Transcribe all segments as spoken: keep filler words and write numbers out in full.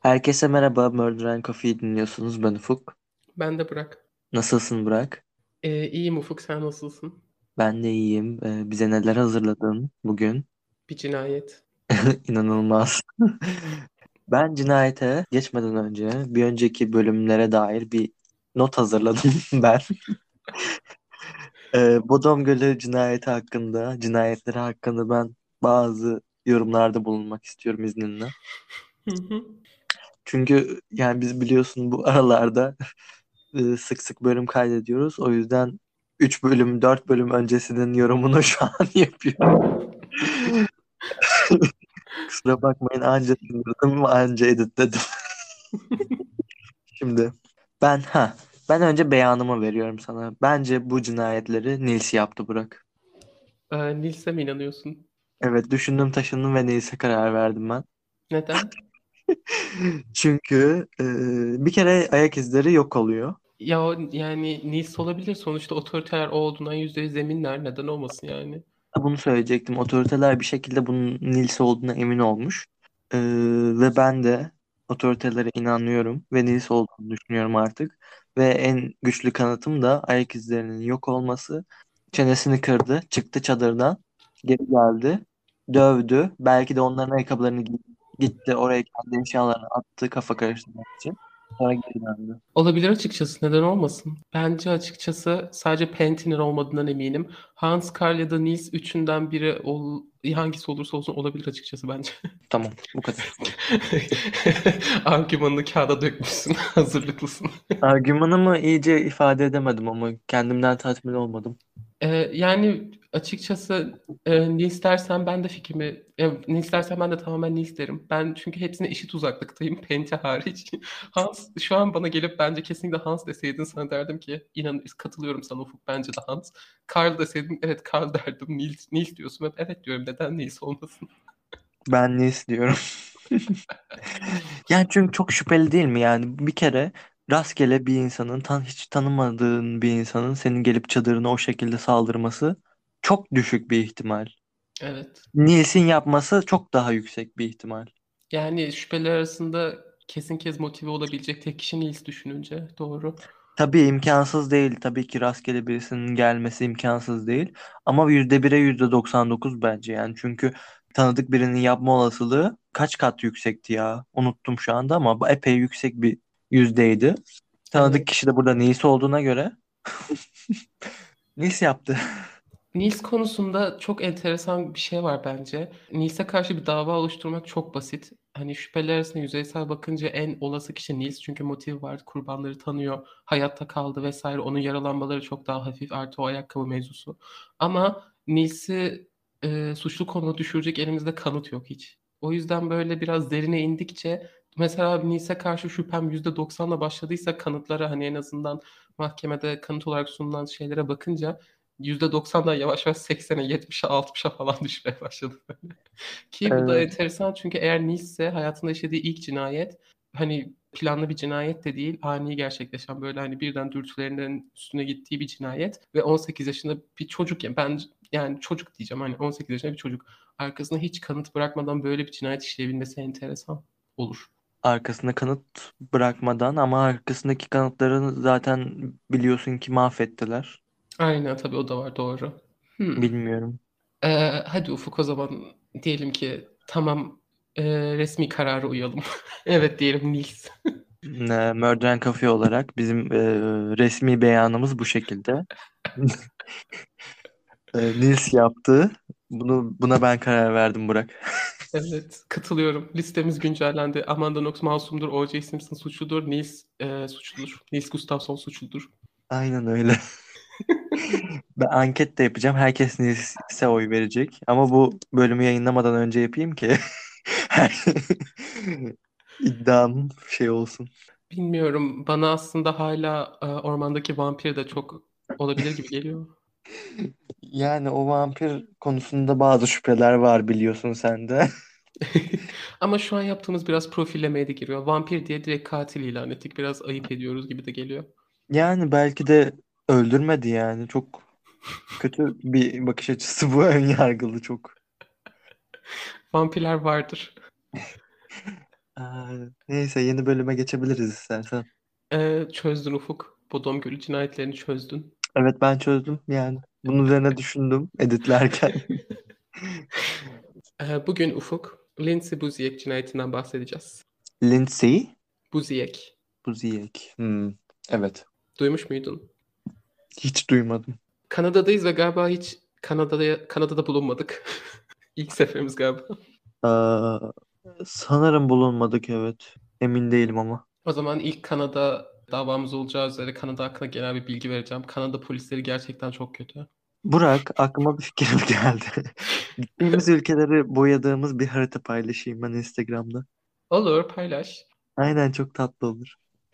Herkese merhaba, Murder and Coffee'yi dinliyorsunuz. Ben Ufuk. Ben de bırak. Nasılsın Burak? Ee, iyiyim Ufuk, sen nasılsın? Ben de iyiyim. Ee, bize neler hazırladın bugün? Bir cinayet. İnanılmaz. Ben cinayete geçmeden önce bir önceki bölümlere dair bir not hazırladım ben. Ee, Bodrum Gölü cinayeti hakkında, cinayetleri hakkında ben bazı yorumlarda bulunmak istiyorum izninle. Hı hı. Çünkü yani biz biliyorsun bu aralarda e, sık sık bölüm kaydediyoruz. O yüzden üç bölüm, dört bölüm öncesinin yorumunu şu an yapıyorum. Kusura bakmayın anca sindirdim ve anca editledim. Şimdi ben ha ben önce beyanımı veriyorum sana. Bence bu cinayetleri Nils yaptı Burak. Ee, Nils'e mi inanıyorsun? Evet, düşündüm taşındım ve Nils'e karar verdim ben. Neden? Çünkü e, bir kere ayak izleri yok oluyor. Ya o- yani Nils olabilir. Sonuçta otoriter o olduğundan yüzde yüz eminler. Neden olmasın yani? Bunu söyleyecektim. Otoriteler bir şekilde bunun Nils olduğuna emin olmuş. Ee, ve ben de otoritelere inanıyorum ve Nils olduğunu düşünüyorum artık. Ve en güçlü kanıtım da ayak izlerinin yok olması. Çenesini kırdı, çıktı çadırdan, geri geldi, dövdü. Belki de onların ayakkabılarını giydi, gitti oraya kendi eşyalarını attı kafa karıştırmak için. Sonra geri döndü. Olabilir açıkçası. Neden olmasın? Bence açıkçası sadece Pentin'in olmadığından eminim. Hans, Karl ya da Nils üçünden biri ol, hangisi olursa olsun olabilir açıkçası bence. Tamam, bu kadar. Argümanını kağıda dökmüşsün. Hazırlıklısın. Argümanımı iyice ifade edemedim ama kendimden tatmin olmadım. Ee, yani açıkçası e, ne istersen ben de fikrimi e, ne istersen ben de tamamen ne isterim. Ben çünkü hepsine eşit uzaklıktayım. Penti hariç. Hans şu an bana gelip bence kesinlikle Hans deseydin sana derdim ki inan katılıyorum sana Ufuk, bence de Hans. Karl deseydin evet Karl derdim. Nils, Nils diyorsun. Ben evet diyorum. Neden Nils olmasın? Ben ne istiyorum? Yani çünkü çok şüpheli değil mi? Yani bir kere rastgele bir insanın, tan hiç tanımadığın bir insanın senin gelip çadırına o şekilde saldırması çok düşük bir ihtimal. Evet. Nils'in yapması çok daha yüksek bir ihtimal. Yani şüpheler arasında kesin kez motive olabilecek tek kişi Nils düşününce. Doğru. Tabii imkansız değil. Tabii ki rastgele birisinin gelmesi imkansız değil. Ama yüzde bire yüzde doksan dokuz bence yani. Çünkü tanıdık birinin yapma olasılığı kaç kat yüksekti ya? Unuttum şu anda ama epey yüksek bir yüzdeydi. Tanıdık Evet. kişi de burada Nils olduğuna göre Nils yaptı. Nils konusunda çok enteresan bir şey var bence. Nils'e karşı bir dava oluşturmak çok basit. Hani şüpheler arasında yüzeysel bakınca en olası kişi Nils. Çünkü motiv var, kurbanları tanıyor, hayatta kaldı vesaire. Onun yaralanmaları çok daha hafif, artı o ayakkabı mevzusu. Ama Nils'i e, suçlu konuma düşürecek elimizde kanıt yok hiç. O yüzden böyle biraz derine indikçe mesela Nils'e karşı şüphem yüzde doksanla başladıysa kanıtlara, hani en azından mahkemede kanıt olarak sunulan şeylere bakınca yüzde doksandan yavaş yavaş seksene, yetmişe, altmışa falan düşmeye başladı böyle. Ki bu da Evet. enteresan çünkü eğer Nice ise hayatında işlediği ilk cinayet, hani planlı bir cinayet de değil, ani gerçekleşen, böyle hani birden dürtülerinin üstüne gittiği bir cinayet ve on sekiz yaşında bir çocuk, yani ben yani çocuk diyeceğim, hani on sekiz yaşında bir çocuk arkasında hiç kanıt bırakmadan böyle bir cinayet işleyebilmesi enteresan olur. Arkasında kanıt bırakmadan ama arkasındaki kanıtları zaten biliyorsun ki mahvettiler. Aynen, tabii o da var, doğru. Hmm. Bilmiyorum. Ee, hadi Ufuk, o zaman diyelim ki tamam, e, resmi karara uyalım. Evet diyelim, Nils. E, Murder and Coffee olarak bizim e, resmi beyanımız bu şekilde. E, Nils yaptı. Bunu buna ben karar verdim Burak. Evet, katılıyorum. Listemiz güncellendi. Amanda Knox masumdur. O J. Simpson suçludur. Nils e, suçludur. Nils Gustafsson suçludur. Aynen öyle. Ben anket de yapacağım. Herkes Nils'e oy verecek. Ama bu bölümü yayınlamadan önce yapayım ki iddiam şey olsun. Bilmiyorum. Bana aslında hala e, ormandaki vampir de çok olabilir gibi geliyor. Yani o vampir konusunda bazı şüpheler var biliyorsun sen de. Ama şu an yaptığımız biraz profillemeye de giriyor. Vampir diye direkt katil ilan ettik. Biraz ayıp ediyoruz gibi de geliyor. Yani belki de öldürmedi yani. Çok kötü bir bakış açısı bu. Ön yargılı çok. Vampirler vardır. Aa, neyse yeni bölüme geçebiliriz istersen. Ee, çözdün Ufuk. Bodom Gölü cinayetlerini çözdün. Evet ben çözdüm yani. Bunun üzerine düşündüm editlerken. Ee, bugün Ufuk, Lindsay Busiek cinayetinden bahsedeceğiz. Lindsay Busiek. Buziek. Hmm, evet. Duymuş muydun? Hiç duymadım. Kanada'dayız ve galiba hiç Kanada'da Kanada'da bulunmadık. İlk seferimiz galiba. Aa, sanırım bulunmadık evet. Emin değilim ama. O zaman ilk Kanada davamız olacağı üzere Kanada hakkında genel bir bilgi vereceğim. Kanada polisleri gerçekten çok kötü. Burak aklıma bir fikir geldi. Gittiğimiz ülkeleri boyadığımız bir harita paylaşayım ben Instagram'da. Olur, paylaş. Aynen çok tatlı olur.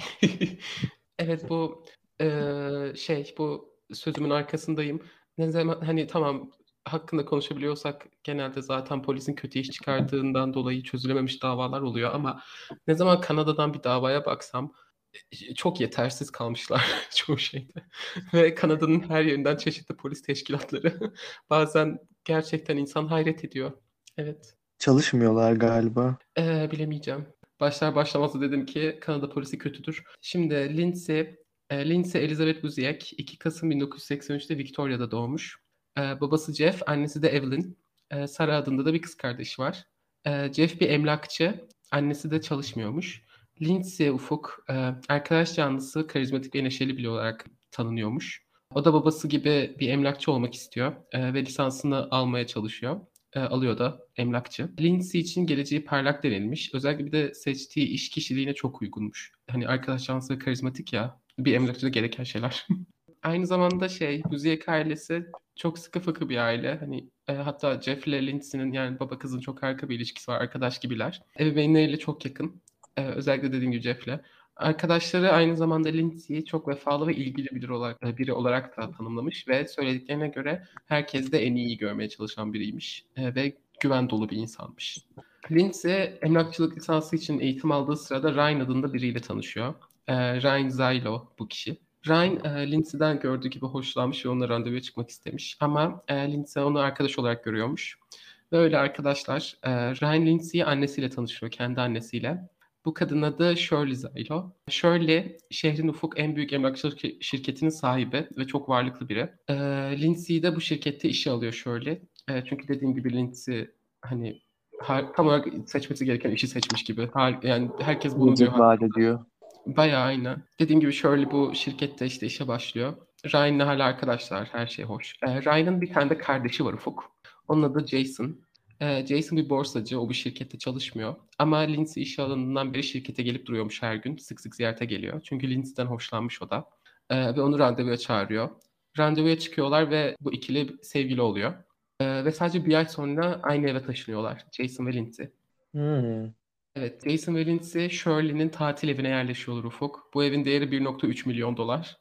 Evet, bu eee, şey bu sözümün arkasındayım. Ne zaman hani tamam, hakkında konuşabiliyorsak genelde zaten polisin kötü iş çıkardığından dolayı çözülememiş davalar oluyor ama ne zaman Kanada'dan bir davaya baksam e, çok yetersiz kalmışlar çoğu şeyde. Ve Kanada'nın her yerinden çeşitli polis teşkilatları bazen gerçekten insan hayret ediyor. Evet. Çalışmıyorlar galiba. Ee, bilemeyeceğim. Başlar başlamaz da dedim ki Kanada polisi kötüdür. Şimdi Lindsay, e, Lindsay Elizabeth Busiek iki Kasım bin dokuz yüz seksen üçte Victoria'da doğmuş. Ee, babası Jeff, annesi de Evelyn. Ee, Sarah adında da bir kız kardeşi var. Ee, Jeff bir emlakçı, annesi de çalışmıyormuş. Lindsay Ufuk, e, arkadaş canlısı, karizmatik ve neşeli biri olarak tanınıyormuş. O da babası gibi bir emlakçı olmak istiyor e, ve lisansını almaya çalışıyor. E, alıyor da emlakçı. Lindsay için geleceği parlak denilmiş. Özellikle bir de seçtiği iş kişiliğine çok uygunmuş. Hani arkadaş canlısı ve karizmatik ya. Bir emlakçıda gereken şeyler. Aynı zamanda şey, Busiek ailesi çok sıkı fıkı bir aile. Hani e, hatta Jeff ile Lindsay'nin yani baba kızın çok harika bir ilişkisi var. Arkadaş gibiler. Ebeveynleriyle çok yakın. E, özellikle dediğim gibi Jeff'le. Arkadaşları aynı zamanda Lindsay'i çok vefalı ve ilgili biri olarak, e, biri olarak da tanımlamış ve söylediklerine göre herkes de en iyi görmeye çalışan biriymiş e, ve güven dolu bir insanmış. Lindsay emlakçılık lisansı için eğitim aldığı sırada Ryan adında biriyle tanışıyor. E, Ryan Zylo bu kişi. Ryan e, Lindsay'den gördüğü gibi hoşlanmış ve onunla randevuya çıkmak istemiş. Ama e, Lindsay onu arkadaş olarak görüyormuş. Ve öyle arkadaşlar e, Ryan Lindsay'i annesiyle tanışıyor, kendi annesiyle. Bu kadın adı Shirley Zylo. Shirley, şehrin ufuk en büyük emlakçılık şirketinin sahibi ve çok varlıklı biri. E, Lindsay'i de bu şirkette işe alıyor Shirley. E, çünkü dediğim gibi Lindsay hani her, tam olarak seçmesi gereken işi seçmiş gibi. Her, yani herkes bunu diyor. Gelecek vaat ediyor. Bayağı aynı. Dediğim gibi şöyle bu şirkette işte işe başlıyor. Ryan'la hala arkadaşlar. Her şey hoş. Ee, Ryan'ın bir tane de kardeşi var Ufuk. Onun adı Jason. Ee, Jason bir borsacı. O bir şirkette çalışmıyor. Ama Lindsay işe alındığından beri şirkete gelip duruyormuş her gün. Sık sık ziyarete geliyor. Çünkü Lindsay'den hoşlanmış o da. Ee, ve onu randevuya çağırıyor. Randevuya çıkıyorlar ve bu ikili sevgili oluyor. Ee, ve sadece bir ay sonra aynı eve taşınıyorlar. Jason ve Lindsay. Hmm. Evet, Jason ve Lindsay Shirley'nin tatil evine yerleşiyorlar Ufuk. Bu evin değeri bir nokta üç milyon dolar.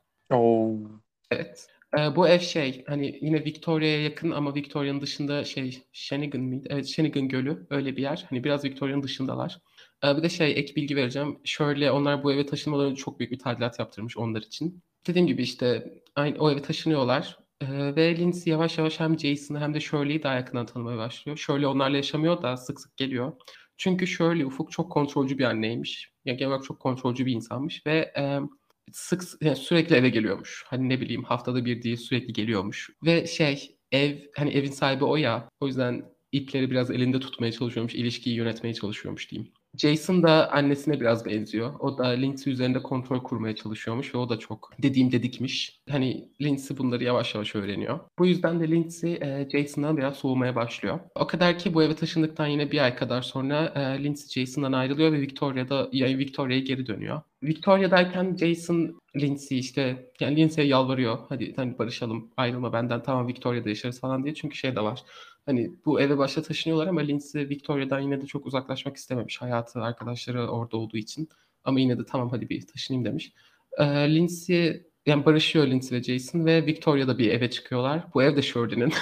Oo. Evet. Ee, bu ev şey hani yine Victoria'ya yakın ama Victoria'nın dışında şey Shanigan mıydı? Evet, Shanigan Gölü öyle bir yer. Hani biraz Victoria'nın dışındalar. Ee, bir de şey ek bilgi vereceğim. Shirley onlar bu eve taşınmadan önce çok büyük bir tadilat yaptırmış onlar için. Dediğim gibi işte aynı o eve taşınıyorlar. Ee, ve Lindsay yavaş yavaş hem Jason'ı hem de Shirley'i daha yakından tanımaya başlıyor. Shirley onlarla yaşamıyor da sık sık geliyor. Çünkü Shirley Ufuk çok kontrolcü bir anneymiş. Yani genel olarak çok kontrolcü bir insanmış ve e, sık yani sürekli eve geliyormuş. Hani ne bileyim haftada bir değil sürekli geliyormuş. Ve şey ev hani evin sahibi o ya. O yüzden ipleri biraz elinde tutmaya çalışıyormuş. İlişkiyi yönetmeye çalışıyormuş diyeyim. Jason da annesine biraz benziyor. O da Lindsay üzerinde kontrol kurmaya çalışıyormuş ve o da çok dediğim dedikmiş. Hani Lindsay bunları yavaş yavaş öğreniyor. Bu yüzden de Lindsay e, Jason'dan biraz soğumaya başlıyor. O kadar ki bu eve taşındıktan yine bir ay kadar sonra e, Lindsay Jason'dan ayrılıyor ve Victoria'da yani Victoria'ya geri dönüyor. Victoria'dayken Jason Lindsay işte yani Lindsay'e yalvarıyor. Hadi hani barışalım, ayrılma benden. Tamam Victoria'da yaşarız falan diye. Çünkü şey de var. Hani bu eve başta taşınıyorlar ama Lindsay Victoria'dan yine de çok uzaklaşmak istememiş. Hayatı, arkadaşları orada olduğu için. Ama yine de tamam hadi bir taşınayım demiş. Ee, Lindsay yani barışıyor Lindsay ve Jason ve Victoria'da bir eve çıkıyorlar. Bu ev de Shirley'nin.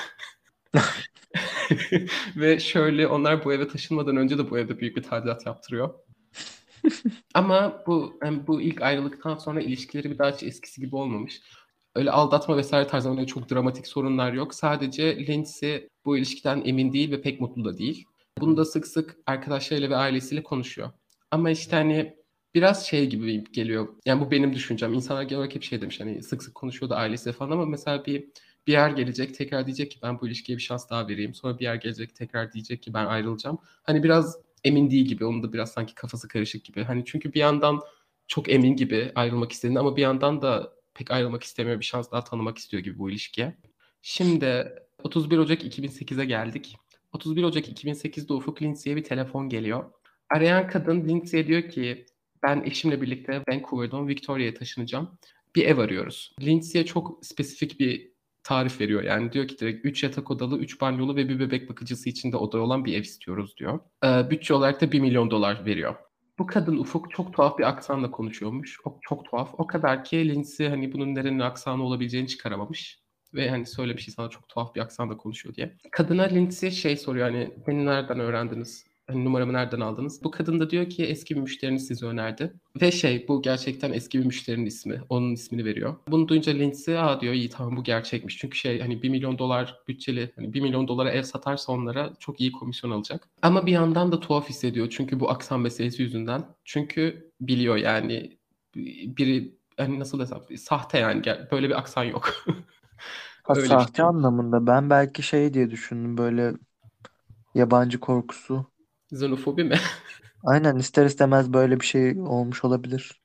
Ve şöyle onlar bu eve taşınmadan önce de bu evde büyük bir tadilat yaptırıyor. Ama bu yani bu ilk ayrılıktan sonra ilişkileri bir daha hiç eskisi gibi olmamış. Öyle aldatma vesaire tarzında öyle çok dramatik sorunlar yok. Sadece Lindsay bu ilişkiden emin değil ve pek mutlu da değil. Bunu da sık sık arkadaşlarıyla ve ailesiyle konuşuyor. Ama işte hani biraz şey gibi geliyor. Yani bu benim düşüncem. İnsanlar genel olarak hep şey demiş hani sık sık konuşuyordu ailesi falan ama mesela bir bir yer gelecek tekrar diyecek ki ben bu ilişkiye bir şans daha vereyim. Sonra bir yer gelecek tekrar diyecek ki ben ayrılacağım. Hani biraz emin değil gibi. Onun da biraz sanki kafası karışık gibi. Hani çünkü bir yandan çok emin gibi ayrılmak istediğini ama bir yandan da pek ayrılmak istemiyor. Bir şans daha tanımak istiyor gibi bu ilişkiye. Şimdi otuz bir Ocak iki bin sekize geldik. otuz bir Ocak iki bin sekizde Ufuk Lindsay'e bir telefon geliyor. Arayan kadın Lindsay'e diyor ki ben eşimle birlikte Vancouver'dan Victoria'ya taşınacağım. Bir ev arıyoruz. Lindsay'e çok spesifik bir tarif veriyor. Yani diyor ki direkt üç yatak odalı, üç banyolu ve bir bebek bakıcısı için de oda olan bir ev istiyoruz diyor. Ee, bütçe olarak da bir milyon dolar veriyor. Bu kadın Ufuk çok tuhaf bir aksanla konuşuyormuş. O, çok tuhaf. O kadar ki Lindsay hani bunun nerenin aksanı olabileceğini çıkaramamış. Ve hani söylemiş sana çok tuhaf bir aksanla konuşuyor diye. Kadına Lindsay şey soruyor hani beni nereden öğrendiniz? Hani numaramı nereden aldınız? Bu kadın da diyor ki eski bir müşteriniz sizi önerdi. Ve şey bu gerçekten eski bir müşterinin ismi. Onun ismini veriyor. Bunu duyunca Lindsay aa diyor iyi tamam bu gerçekmiş. Çünkü şey hani bir milyon dolar bütçeli hani bir milyon dolara ev satarsa onlara çok iyi komisyon alacak. Ama bir yandan da tuhaf hissediyor. Çünkü bu aksan meselesi yüzünden. Çünkü biliyor yani biri hani nasıl desem sahte yani böyle bir aksan yok. Ha, Öyle bir sahte şey. anlamında. Ben belki şey diye düşündüm, böyle yabancı korkusu. Xenofobi mi? Aynen, ister istemez böyle bir şey olmuş olabilir.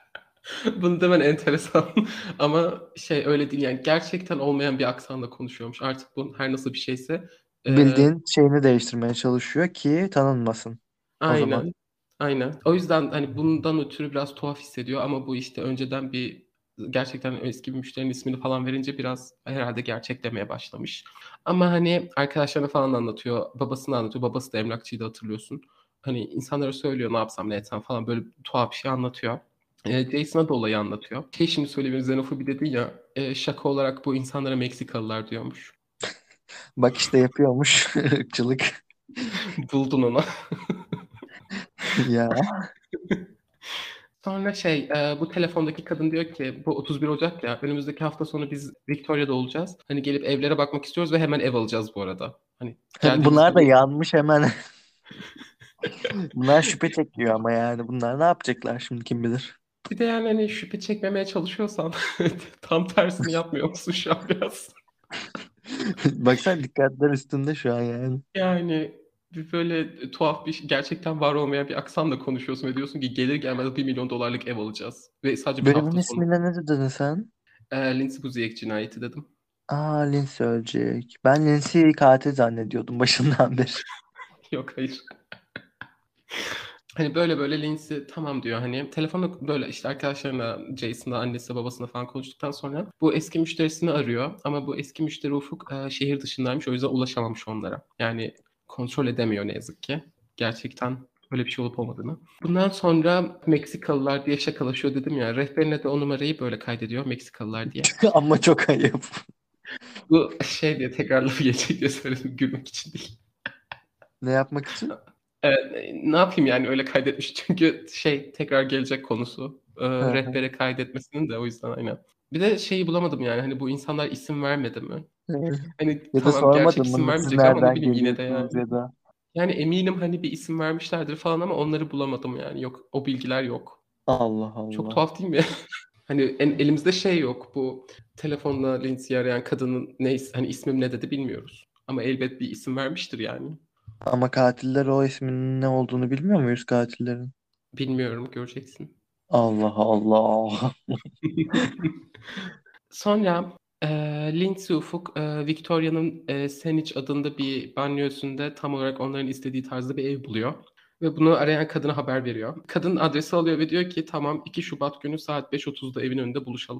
Bunu demen enteresan. Ama şey öyle değil yani gerçekten olmayan bir aksanla konuşuyormuş. Artık bu her nasıl bir şeyse. Ee, Bildiğin şeyini değiştirmeye çalışıyor ki tanınmasın o zaman. aynen. Aynen. O yüzden hani bundan ötürü biraz tuhaf hissediyor ama bu işte önceden bir gerçekten eski bir müşterinin ismini falan verince biraz herhalde gerçeklemeye başlamış. Ama hani arkadaşlarına falan anlatıyor, babasını anlatıyor. Babası da emlakçıydı hatırlıyorsun. Hani insanlara söylüyor ne yapsam ne etsem falan böyle tuhaf bir şey anlatıyor. E, Jason'a da olayı anlatıyor. Şey şimdi söyleyeyim xenofobi dedi ya e, şaka olarak bu insanlara Meksikalılar diyormuş. Bak işte yapıyormuş ırkçılık. Buldun onu. Ya Sonra şey e, bu telefondaki kadın diyor ki bu otuz bir Ocak ya önümüzdeki hafta sonu biz Victoria'da olacağız. Hani gelip evlere bakmak istiyoruz ve hemen ev alacağız bu arada. Hani geldiğimiz bunlar da gibi yanmış hemen. Bunlar şüphe çekiyor ama yani bunlar ne yapacaklar şimdi, kim bilir. bir de yani hani şüphe çekmemeye çalışıyorsan tam tersini yapmıyor musun şu an biraz? Baksana, dikkatler üstünde şu an yani. Yani bir böyle tuhaf bir şey, gerçekten var olmayan bir aksanla konuşuyorsun ve diyorsun ki gelir gelmez bir milyon dolarlık ev alacağız. Ve sadece bir Bölümün hafta sonu. ismine ne dedin sen? E, Lindsay Buziek cinayeti dedim. Aa, Lindsay ölecek. Ben Lindsay'i katil zannediyordum başından beri. Yok hayır. Hani böyle böyle Lindsay tamam diyor hani telefonda böyle işte arkadaşlarına Jason'la annesi babasına falan konuştuktan sonra bu eski müşterisini arıyor ama bu eski müşteri Ufuk e, şehir dışındaymış o yüzden ulaşamamış onlara. Yani kontrol edemiyor ne yazık ki. Gerçekten öyle bir şey olup olmadığını. Bundan sonra Meksikalılar diye şakalaşıyor dedim ya rehberine de o numarayı böyle kaydediyor Meksikalılar diye. Ama çok ayıp. Bu şey diye tekrar lafı geçecek diye söyledim gülmek için değil. Ne yapmak için? Evet, ne yapayım yani öyle kaydetmiş çünkü şey tekrar gelecek konusu e, Hı hı. rehbere kaydetmesinin de o yüzden aynen. Bir de şeyi bulamadım yani hani bu insanlar isim vermedi mi? Evet. Hani Ya da tamam gerçek sormadın isim mı siz vermeyecek ama ne nereden bileyim yine de geliyorsunuz yani. ya da. Yani eminim hani bir isim vermişlerdir falan ama onları bulamadım yani yok o bilgiler yok. Allah Çok Allah. tuhaf değil mi? Hani en, elimizde şey yok bu telefonla Lindsay'i arayan kadının ne is- hani ismim ne dedi bilmiyoruz. Ama elbet bir isim vermiştir yani. Ama katiller o ismin ne olduğunu bilmiyor muyuz, katillerin? Bilmiyorum göreceksin. Allah Allah. Sonra e, Lindsay Ufuk e, Victoria'nın e, Saanich adında bir banyosunda tam olarak onların istediği tarzda bir ev buluyor. Ve bunu arayan kadına haber veriyor. Kadın adresi alıyor ve diyor ki tamam iki Şubat günü saat beş otuzda evin önünde buluşalım.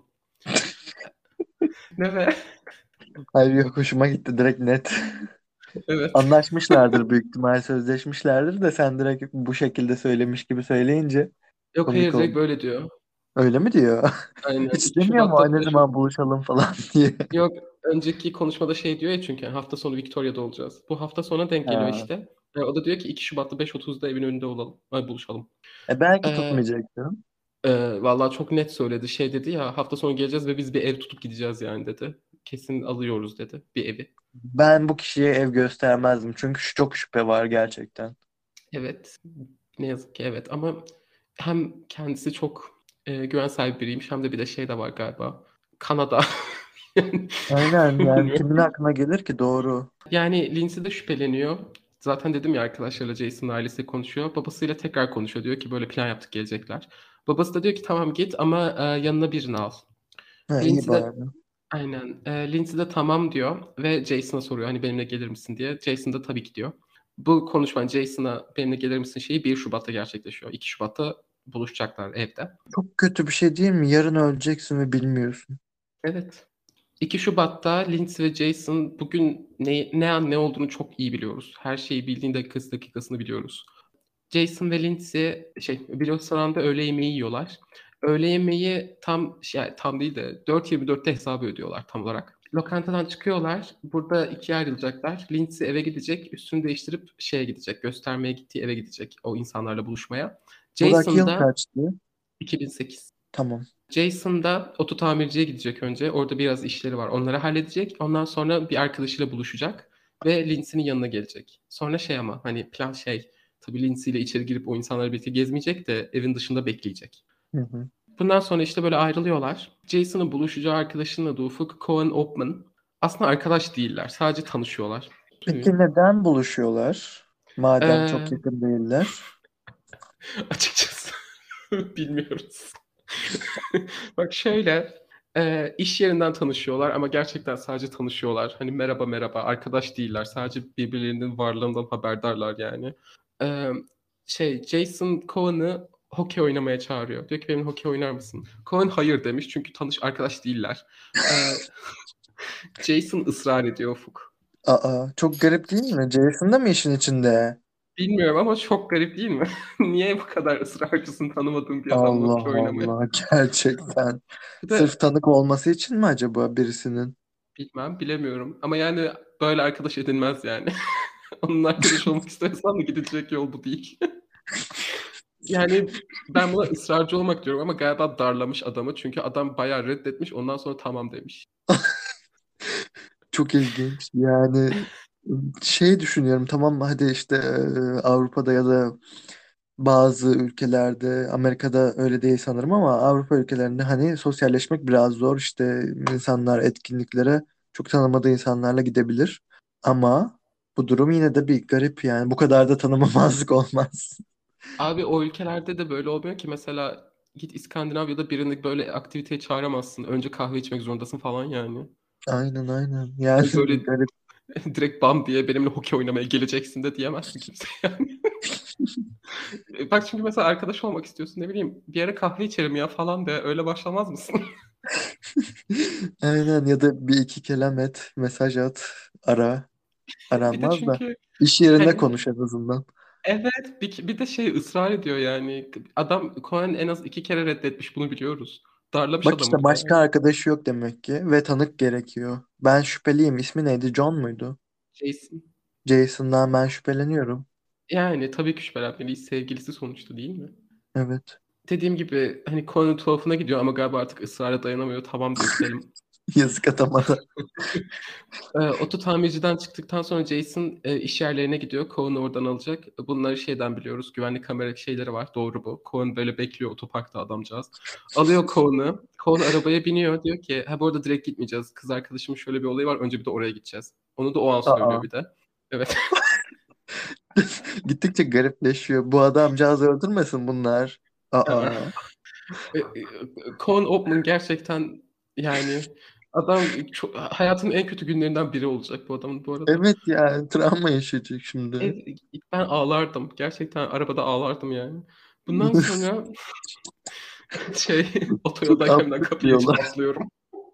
Ne ve Hayır, yok, hoşuma gitti direkt, net. evet. Anlaşmışlardır büyük ihtimal, sözleşmişlerdir de sen direkt bu şekilde söylemiş gibi söyleyince Yok hayır komik direkt oldu. böyle diyor. Öyle mi diyor? Aynen Hiç iki demiyor mu Şubat'ta ne beş zaman buluşalım falan diye. yok önceki konuşmada şey diyor ya çünkü yani hafta sonu Victoria'da olacağız. Bu hafta sona denk geliyor Ha. işte. E, o da diyor ki iki Şubat'ta beş otuzda evin önünde olalım. Ay buluşalım. E belki E, tutmayacaktım. Ee, vallahi çok net söyledi. Şey dedi ya hafta sonu geleceğiz ve biz bir ev tutup gideceğiz yani dedi. Kesin alıyoruz dedi bir evi. Ben bu kişiye ev göstermezdim. Çünkü şu çok şüphe var gerçekten. Evet. Ne yazık ki evet ama hem kendisi çok, eee, güven sahibi biriymiş hem de bir de şey de var galiba, Kanada. Aynen, yani Bilmiyorum. kimin aklına gelir ki, doğru. Yani Lindsay de şüpheleniyor. Zaten dedim ya arkadaşlarıyla Jason'ın ailesiyle konuşuyor. Babasıyla tekrar konuşuyor. Diyor ki böyle plan yaptık gelecekler. Babası da diyor ki tamam git ama e, yanına birini al. Ha, iyi Lindsay de bari. aynen. E, Lindsay de tamam diyor ve Jason'a soruyor hani benimle gelir misin diye. Jason da tabii ki diyor. Bu konuşma Jason'a benimle gelir misin şeyi bir Şubat'ta gerçekleşiyor. iki Şubat'ta buluşacaklar evde. Çok kötü bir şey değil mi? Yarın öleceksin ve bilmiyorsun. Evet. iki Şubat'ta Lindsay ve Jason bugün ne, ne an ne olduğunu çok iyi biliyoruz. Her şeyi bildiğin dakikası dakikasını biliyoruz. Jason ve Lindsay şey bir restoranda öğle yemeği yiyorlar. Öğle yemeği tam şey tam değil de dört yirmi dörtte hesabı ödüyorlar tam olarak. Lokantadan çıkıyorlar. Burada ikiye ayrılacaklar. Lindsay eve gidecek. Üstünü değiştirip şeye gidecek. Göstermeye gittiği eve gidecek. O insanlarla buluşmaya. Buradaki Jason yıl da kaçtı? iki bin sekiz. Tamam. Jason da oto tamirciye gidecek önce. Orada biraz işleri var. Onları halledecek. Ondan sonra bir arkadaşıyla buluşacak. Ve Lindsay'nin yanına gelecek. Sonra şey ama hani plan şey. Tabii Lindsay ile içeri girip o insanlarla birlikte gezmeyecek de evin dışında bekleyecek. Hı hı. Bundan sonra işte böyle ayrılıyorlar. Jason'ın buluşacağı arkadaşının adı Ufuk. Cohen Oakman. Aslında arkadaş değiller. Sadece tanışıyorlar. Peki Söyleyeyim. neden buluşuyorlar? Madem çok Ee, yakın değiller. açıkçası bilmiyoruz. Bak şöyle, e, iş yerinden tanışıyorlar ama gerçekten sadece tanışıyorlar. Hani merhaba merhaba, arkadaş değiller. Sadece birbirlerinin varlığından haberdarlar yani. E, şey, Jason Cohen'ı hokey oynamaya çağırıyor. Diyor ki benimle hokey oynar mısın? Cohen hayır demiş çünkü tanış arkadaş değiller. E, Jason ısrar ediyor Ufuk. Aa, çok garip değil mi? Jason da mı işin içinde? Bilmiyorum ama çok garip değil mi? Niye bu kadar ısrarcısın tanımadığın bir adamla Allah hokey oynamaya? Allah, gerçekten. Bir Sırf de tanık olması için mi acaba birisinin? bilmem, bilemiyorum. Ama yani böyle arkadaş edinmez yani. Onun arkadaş olmak istiyorsan da gidecek yol bu değil. Yani ben buna ısrarcı olmak diyorum ama galiba darlamış adamı. Çünkü adam bayağı reddetmiş. Ondan sonra tamam demiş. Çok ilginç. Yani şey düşünüyorum, tamam mı? Hadi işte e, Avrupa'da ya da bazı ülkelerde, Amerika'da öyle değil sanırım ama Avrupa ülkelerinde hani sosyalleşmek biraz zor. İşte insanlar etkinliklere çok tanımadığı insanlarla gidebilir. Ama bu durum yine de bir garip yani. Bu kadar da tanımamazlık olmaz. Abi o ülkelerde de böyle olmuyor ki mesela git İskandinavya'da birini böyle aktiviteye çağıramazsın. Önce kahve içmek zorundasın falan yani. Aynen, aynen. Yani Hani böyle garip. direkt bam diye benimle hokey oynamaya geleceksin de diyemezsin kimseye yani. E, Bak çünkü mesela arkadaş olmak istiyorsun ne bileyim bir yere kahve içelim ya falan de öyle başlamaz mısın? Aynen, ya da bir iki kelam et, mesaj at, ara. Bir de Aranmaz da. çünkü İş yerinde hani konuş en azından. evet bir, bir de şey ısrar ediyor yani. Adam Cohen en az iki kere reddetmiş bunu biliyoruz. Darlamış Bak adamı işte bir de başka yani. arkadaşı yok demek ki ve tanık gerekiyor. Ben şüpheliyim. İsmi neydi? John muydu? Jason. Jason'dan ben şüpheleniyorum. Yani tabii ki şüphelenmeliyiz. Sevgilisi sonuçta değil mi? Evet. Dediğim gibi hani Cohen'in tuhafına gidiyor ama galiba artık ısrara dayanamıyor. Tamam diyor gidelim. Yazık adama da. E, oto tamirciden çıktıktan sonra Jason e, iş yerlerine gidiyor. Cohen'ı oradan alacak. Bunları şeyden biliyoruz. Güvenlik kamera şeyleri var. Doğru bu. Cohen böyle bekliyor otoparkta adamcağız. Alıyor Cohen'ı. Cohen arabaya biniyor. Diyor ki ha bu arada direkt gitmeyeceğiz. Kız arkadaşımın şöyle bir olayı var. Önce bir de oraya gideceğiz. Onu da o an Aa. söylüyor bir de. Evet. Gittikçe garipleşiyor. Bu adamcağızı öldürmesin bunlar. Aa. E, e, Cohen Oakman gerçekten yani adam çok, hayatının en kötü günlerinden biri olacak bu adamın bu arada. Evet, yani travma yaşayacak Ev, şimdi. ben ağlardım. Gerçekten arabada ağlardım yani. Bundan sonra şey Çok otoyoldayken ben absürt bir kapıyı açıp olay. atlıyorum.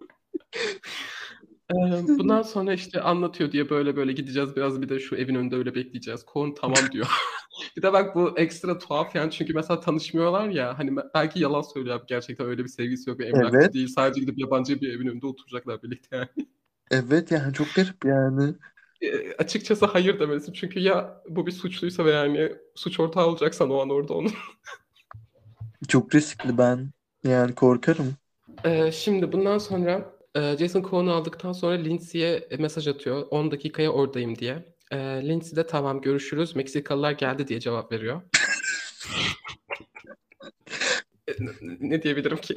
Ee, bundan sonra işte anlatıyor diye böyle böyle gideceğiz biraz bir de şu evin önünde öyle bekleyeceğiz. Kon tamam diyor. Bir de bak bu ekstra tuhaf yani çünkü mesela tanışmıyorlar ya hani belki yalan söylüyor abi gerçekten öyle bir sevgisi yok ve emlakçı Evet. değil sadece gidip yabancı bir evin önünde oturacaklar birlikte yani. Evet, yani çok garip yani. E, açıkçası hayır demelisin çünkü ya bu bir suçluysa ve yani suç ortağı olacaksan o an orada onun. Çok riskli ben. Yani korkarım. Ee, şimdi bundan sonra e, Jason Cohen'u aldıktan sonra Lindsay'e mesaj atıyor. on dakikaya oradayım diye. Ee, Lindsay de tamam görüşürüz. Meksikalılar geldi diye cevap veriyor. Ne diyebilirim ki?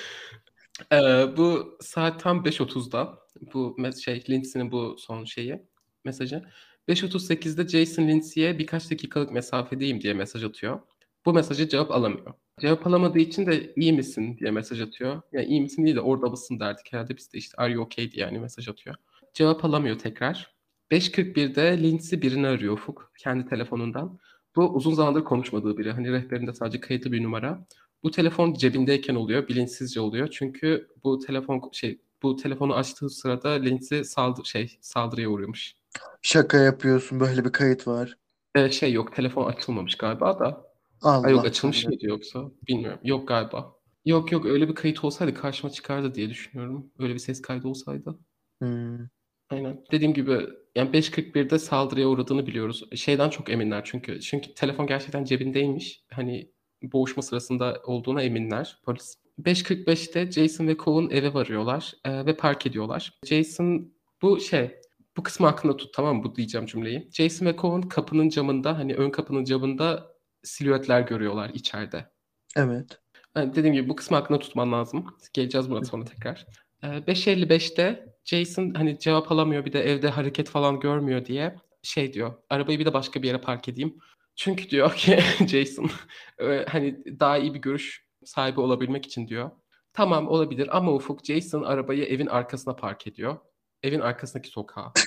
Ee, bu saat tam beş otuzda bu mes- şey Lindsay'nin bu son şeyi mesajı. beş otuz sekizde Jason Lindsay'e birkaç dakikalık mesafedeyim diye mesaj atıyor. Bu mesajı cevap alamıyor. Cevap alamadığı için de iyi misin diye mesaj atıyor. Yani iyi misin değil de orada mısın derdik herhalde, biz de işte are you okay diye yani mesaj atıyor. Cevap alamıyor tekrar. beş kırk birde Lindsay birini arıyor Ufuk kendi telefonundan. Bu uzun zamandır konuşmadığı biri. Hani rehberinde sadece kayıtlı bir numara. Bu telefon cebindeyken oluyor, bilinçsizce oluyor. Çünkü bu telefon şey bu telefonu açtığı sırada Lindsay saldı şey saldırıya uğruyormuş. Şaka yapıyorsun, böyle bir kayıt var. Ee, şey yok, telefon açılmamış galiba da. Ay yok, Allah açılmış mıydı kahretsin. yoksa bilmiyorum. Yok galiba. Yok yok, öyle bir kayıt olsaydı karşıma çıkardı diye düşünüyorum. Öyle bir ses kaydı olsaydı. Hmm. Aynen. Dediğim gibi yani beş kırk birde saldırıya uğradığını biliyoruz. Şeyden çok eminler çünkü. Çünkü telefon gerçekten cebindeymiş. Hani boğuşma sırasında olduğuna eminler polis. beş kırk beşte Jason ve Cole'un eve varıyorlar e, ve park ediyorlar. Jason bu şey bu kısmı hakkında tut, tamam mı, bu diyeceğim cümleyi. Jason ve Cole'un kapının camında, hani ön kapının camında silüetler görüyorlar içeride. Evet. Yani dediğim gibi bu kısmı aklında tutman lazım. Geleceğiz buna sonra tekrar. Ee, beş elli beşte Jason hani cevap alamıyor, bir de evde hareket falan görmüyor diye şey diyor. Arabayı bir de başka bir yere park edeyim. Çünkü diyor ki Jason e, hani daha iyi bir görüş sahibi olabilmek için diyor. Tamam, olabilir ama Ufuk, Jason arabayı evin arkasına park ediyor. Evin arkasındaki sokağa.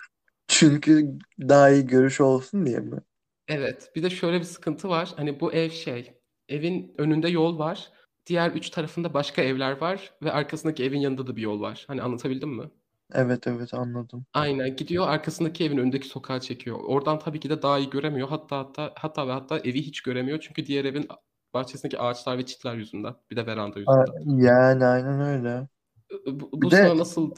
Çünkü daha iyi görüş olsun diye mi? Evet, bir de şöyle bir sıkıntı var. Hani bu ev şey, evin önünde yol var. Diğer üç tarafında başka evler var ve arkasındaki evin yanında da bir yol var. Hani anlatabildim mi? Evet, evet, anladım. Aynen, gidiyor arkasındaki evin önündeki sokağa çekiyor. Oradan tabii ki de daha iyi göremiyor. Hatta hatta hatta ve hatta evi hiç göremiyor. Çünkü diğer evin bahçesindeki ağaçlar ve çitler yüzünden. Bir de veranda A- yüzünden. Yani aynen öyle. Bu, Bir bu de sana nasıl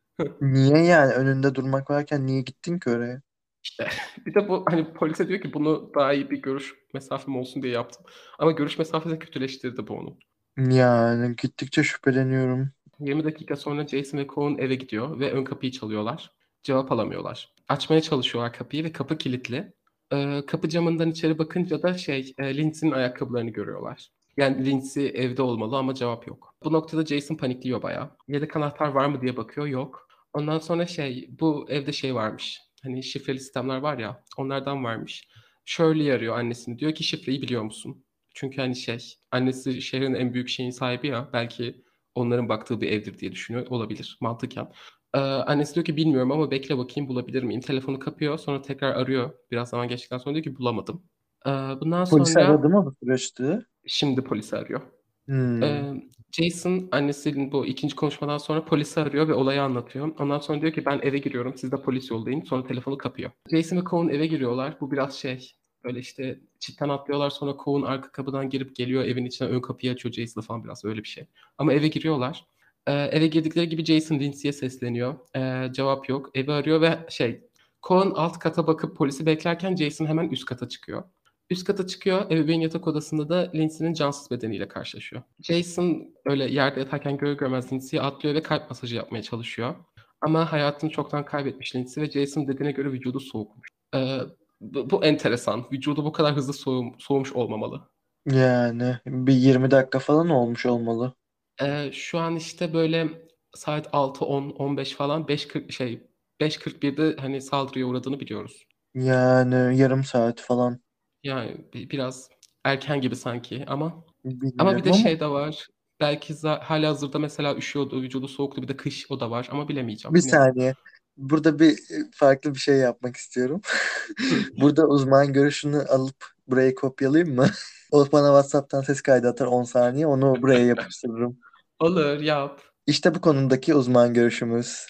niye yani önünde durmak varken niye gittin ki oraya? işte bir de bu hani polise diyor ki bunu daha iyi bir görüş mesafem olsun diye yaptım. Ama görüş mesafesi kötüleştirdi bu onu. Yani gittikçe şüpheleniyorum. yirmi dakika sonra Jason ve Cohen eve gidiyor ve ön kapıyı çalıyorlar. Cevap alamıyorlar. Açmaya çalışıyorlar kapıyı ve kapı kilitli. Ee, kapı camından içeri bakınca da şey e, Lindsay'nin ayakkabılarını görüyorlar. Yani Lindsay evde olmalı ama cevap yok. Bu noktada Jason panikliyor bayağı. Yedek anahtar var mı diye bakıyor, yok. Ondan sonra şey bu evde şey varmış. Hani şifreli sistemler var ya, onlardan varmış. Shirley arıyor annesini, diyor ki şifreyi biliyor musun? Çünkü hani şey annesi şehrin en büyük şeyin sahibi ya, belki onların baktığı bir evdir diye düşünüyor olabilir mantıken. Ee, annesi diyor ki bilmiyorum ama bekle bakayım bulabilir miyim? Telefonu kapıyor, sonra tekrar arıyor. Biraz zaman geçtikten sonra diyor ki bulamadım. Ee, bundan Polisi sonra aradı mı bu süreçte? şimdi polisi arıyor. Hmm. Ee, Jason annesinin bu ikinci konuşmadan sonra polisi arıyor ve olayı anlatıyor. Ondan sonra diyor ki ben eve giriyorum, siz de polis yollayın. Sonra telefonu kapıyor. Jason ve Cohen eve giriyorlar. Bu biraz şey böyle işte çitten atlıyorlar, sonra Cohen arka kapıdan girip geliyor evin içine, ön kapıyı açıyor Jason'la falan, biraz öyle bir şey. Ama eve giriyorlar. Ee, eve girdikleri gibi Jason Lindsay'e sesleniyor. Ee, cevap yok. Evi arıyor ve şey Cohen alt kata bakıp polisi beklerken Jason hemen üst kata çıkıyor. Üst kata çıkıyor. Ebeveyn yatak odasında da Lindsay'nin cansız bedeniyle karşılaşıyor. Jason öyle yerde yatarken görür görmez Lindsay'e atlıyor ve kalp masajı yapmaya çalışıyor. Ama hayatını çoktan kaybetmiş Lindsay ve Jason dediğine göre vücudu soğukmuş. Ee, bu, bu enteresan. Vücudu bu kadar hızlı soğum, soğumuş olmamalı. Yani bir yirmi dakika falan olmuş olmalı. Ee, şu an işte böyle saat altı on on beş falan, beş kırk şey beş kırk birde hani saldırıya uğradığını biliyoruz. Yani yarım saat falan, Yani bi- biraz erken gibi sanki ama ama bir bilmiyorum de ama şey de var. Belki za- halihazırda mesela üşüyordu, vücudu soğuktu, bir de kış o da var ama bilemeyeceğim. bir Bilemedim. saniye. Burada bir farklı bir şey yapmak istiyorum. Hı. Burada uzman görüşünü alıp burayı kopyalayayım mı? O bana WhatsApp'tan ses kaydı atar on saniye. Onu buraya yapıştırırım. Olur, yap. İşte bu konudaki uzman görüşümüz.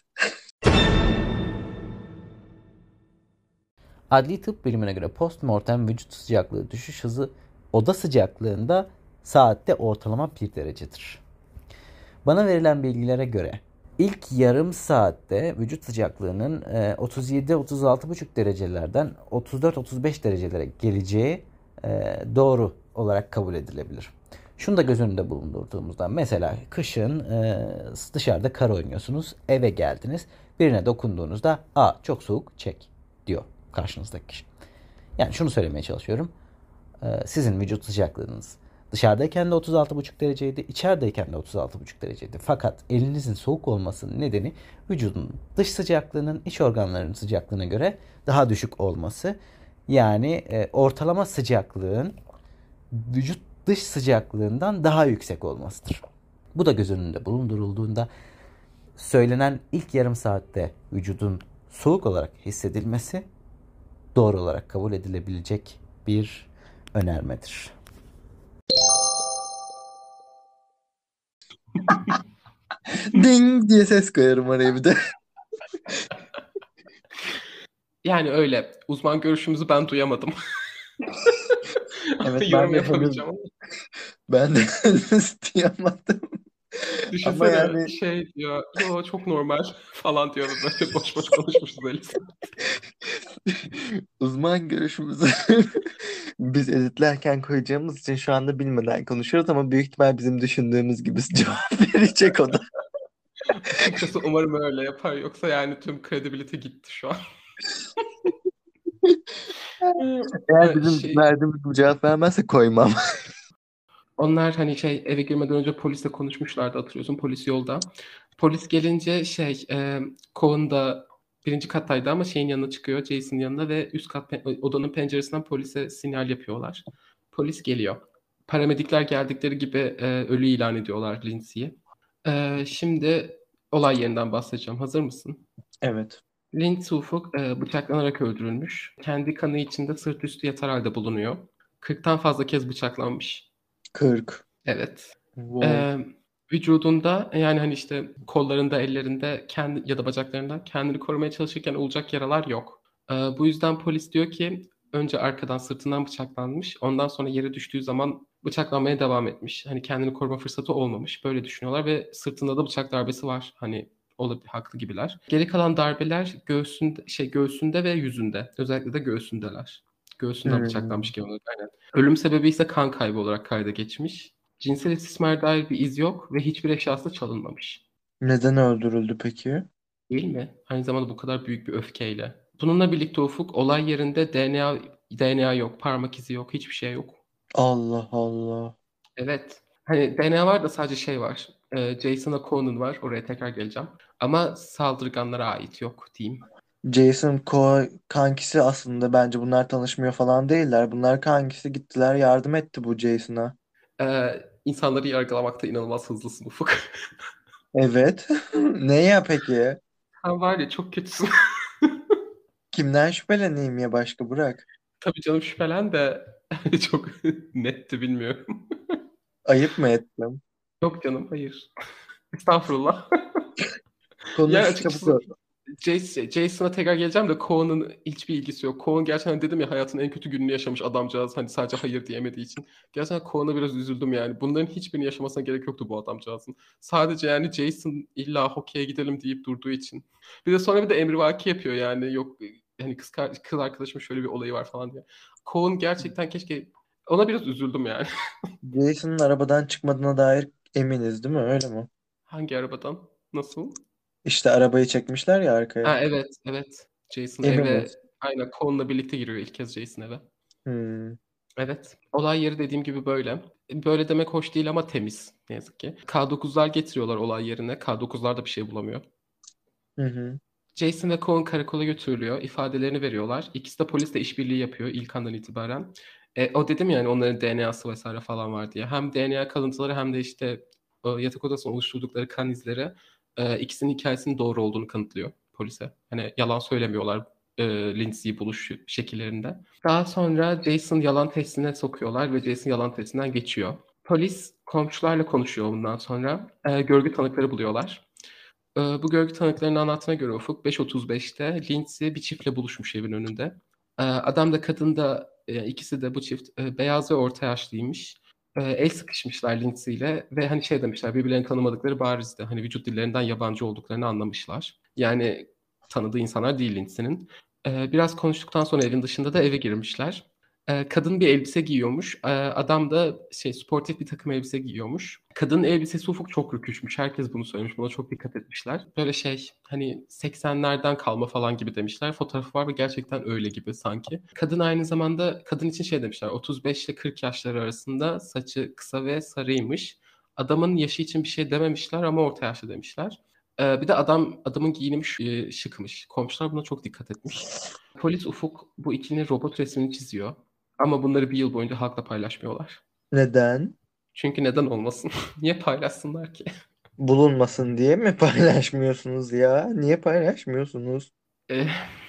Adli tıp bilimine göre postmortem vücut sıcaklığı düşüş hızı oda sıcaklığında saatte ortalama bir derecedir. Bana verilen bilgilere göre ilk yarım saatte vücut sıcaklığının otuz yedi otuz altı buçuk derecelerden otuz dört otuz beş derecelere geleceği doğru olarak kabul edilebilir. Şunu da göz önünde bulundurduğumuzda mesela kışın dışarıda kar oynuyorsunuz, eve geldiniz, birine dokunduğunuzda "Aa çok soğuk, çek" diyor karşınızdaki kişi. Yani şunu söylemeye çalışıyorum. e, sizin vücut sıcaklığınız dışarıdayken de otuz altı buçuk dereceydi, içerideyken de otuz altı buçuk dereceydi. Fakat elinizin soğuk olmasının nedeni vücudun dış sıcaklığının iç organların sıcaklığına göre daha düşük olması. Yani e, ortalama sıcaklığın vücut dış sıcaklığından daha yüksek olmasıdır. Bu da göz önünde bulundurulduğunda söylenen ilk yarım saatte vücudun soğuk olarak hissedilmesi doğru olarak kabul edilebilecek bir önermedir. Ding diye ses koyarım oraya bir de. Yani öyle. Uzman görüşümüzü ben duyamadım. Evet, ben Yorum de henüz yapamayacağım ama. ben de henüz duyamadım. Ama Düşünsene yani şey diyor, yo çok normal falan diyor ve böyle boş boş konuşmuşuz öyle. uzman görüşümüzü biz editlerken koyacağımız için şu anda bilmeden konuşuyoruz ama büyük ihtimal bizim düşündüğümüz gibi cevap verecek o da. Açıkçası umarım öyle yapar. Yoksa yani tüm kredibilite gitti şu an. Eğer Ee, bizim şey, verdiğimiz bu cevap vermezse koymam. onlar hani şey eve girmeden önce polisle konuşmuşlardı, hatırlıyorsun, polis yolda. Polis gelince şey e, Cohen da birinci kattaydı ama şeyin yanına çıkıyor, Jason'ın yanına ve üst kat pe- odanın penceresinden polise sinyal yapıyorlar. Polis geliyor. Paramedikler geldikleri gibi e, ölü ilan ediyorlar Lindsay'i. E, şimdi olay yerinden bahsedeceğim. Hazır mısın? Evet. Lindsay Ufuk e, bıçaklanarak öldürülmüş. Kendi kanı içinde sırt üstü yatar halde bulunuyor. kırktan fazla kez bıçaklanmış. kırk. Evet. Wow. Ee, vücudunda yani hani işte kollarında, ellerinde kendi ya da bacaklarında kendini korumaya çalışırken olacak yaralar yok. Ee, bu yüzden polis diyor ki önce arkadan sırtından bıçaklanmış. Ondan sonra yere düştüğü zaman bıçaklanmaya devam etmiş. Hani kendini koruma fırsatı olmamış. Böyle düşünüyorlar ve sırtında da bıçak darbesi var. Hani olabilir, haklı gibiler. Geri kalan darbeler göğsünde, şey göğsünde ve yüzünde. Özellikle de göğsündeler. Göğsünden Hmm. bıçaklanmış gibi olarak. Aynen. Ölüm sebebi ise kan kaybı olarak kayda geçmiş. Cinsel istismara dair bir iz yok ve hiçbir eşyası da çalınmamış. Neden öldürüldü peki? Değil mi? Aynı zamanda bu kadar büyük bir öfkeyle. Bununla birlikte Ufuk olay yerinde D N A D N A yok, parmak izi yok, hiçbir şey yok. Allah Allah. Evet. Hani D N A var da sadece şey var. Ee, Jason'a Conan var. Oraya tekrar geleceğim. Ama saldırganlara ait yok diyeyim. Jason Ko kankisi aslında, bence bunlar tanışmıyor falan değiller. Bunlar kankisi, gittiler yardım etti bu Jason'a. Ee, insanları yargılamakta inanılmaz hızlısın Ufuk. Evet. Ne ya peki? Sen var ya çok kötüsün. Kimden şüpheleneyim ya, başka bırak. Tabii canım, şüphelen de çok netti, bilmiyorum. Ayıp mı ettim? Yok canım, hayır. Estağfurullah. Yani Konuş çabuk açıkçası ol. Jason, Jason'a tekrar geleceğim de Cohen'ın hiçbir ilgisi yok. Cohen gerçekten, dedim ya, hayatının en kötü gününü yaşamış adamcağız. Hani sadece hayır diyemediği için. Gerçekten Cohen'a biraz üzüldüm yani. Bunların hiçbirini yaşamasına gerek yoktu bu adamcağızın. Sadece yani Jason illa hokeye gidelim deyip durduğu için. Bir de sonra bir de emrivaki yapıyor yani. Yok hani kız, kız arkadaşımın şöyle bir olayı var falan diye. Cohen gerçekten keşke, ona biraz üzüldüm yani. Jason'ın arabadan çıkmadığına dair eminiz değil mi? Öyle mi? Hangi arabadan? Nasıl? İşte arabayı çekmişler ya arkaya. Ha, evet, evet. Jason eve, Eminiz. aynen Cohen'la birlikte giriyor ilk kez Jason eve. Hmm. Evet. Olay yeri dediğim gibi böyle. Böyle demek hoş değil ama temiz ne yazık ki. K dokuzlar getiriyorlar olay yerine. K dokuzlar da bir şey bulamıyor. Hı hı. Jason ve Cohen karakola götürülüyor. İfadelerini veriyorlar. İkisi de polisle işbirliği yapıyor ilk andan itibaren. E, o dedim yani onların D N A'sı vesaire falan var diye. Hem D N A kalıntıları hem de işte o yatak odasını oluşturdukları kan izleri e, ikisinin hikayesinin doğru olduğunu kanıtlıyor polise. Hani yalan söylemiyorlar e, Lindsay buluş şekillerinde. Daha sonra Jason yalan testine sokuyorlar ve Jason yalan testinden geçiyor. Polis komşularla konuşuyor bundan sonra. E, görgü tanıkları buluyorlar. Ee, Bu görgü tanıklarının anlattığına göre Ufuk beş otuz beşte Lindsay bir çiftle buluşmuş evin önünde. Ee, Adam da kadın da e, ikisi de bu çift e, beyaz ve orta yaşlıymış. Ee, El sıkışmışlar Lindsay ile ve hani şey demişler, birbirlerini tanımadıkları barizdi. Hani vücut dillerinden yabancı olduklarını anlamışlar. Yani tanıdığı insanlar değil Lindsay'nin. Ee, Biraz konuştuktan sonra evin dışında da eve girmişler. Ee, kadın bir elbise giyiyormuş. Ee, adam da şey sportif bir takım elbise giyiyormuş. Kadının elbisesi Ufuk çok rüküşmüş. Herkes bunu söylemiş. Buna çok dikkat etmişler. Böyle şey hani seksenlerden kalma falan gibi demişler. Fotoğrafı var ve gerçekten öyle gibi sanki. Kadın aynı zamanda kadın için şey demişler. otuz beş ile kırk yaşları arasında saçı kısa ve sarıymış. Adamın yaşı için bir şey dememişler ama orta yaşlı demişler. Ee, bir de adam adamın giyinimi ş- e, şıkmış. Komşular buna çok dikkat etmiş. Polis Ufuk bu ikilinin robot resmini çiziyor. Ama bunları bir yıl boyunca halkla paylaşmıyorlar. Neden? Çünkü neden olmasın? Niye paylaşsınlar ki? Bulunmasın diye mi paylaşmıyorsunuz ya? Niye paylaşmıyorsunuz? Eh,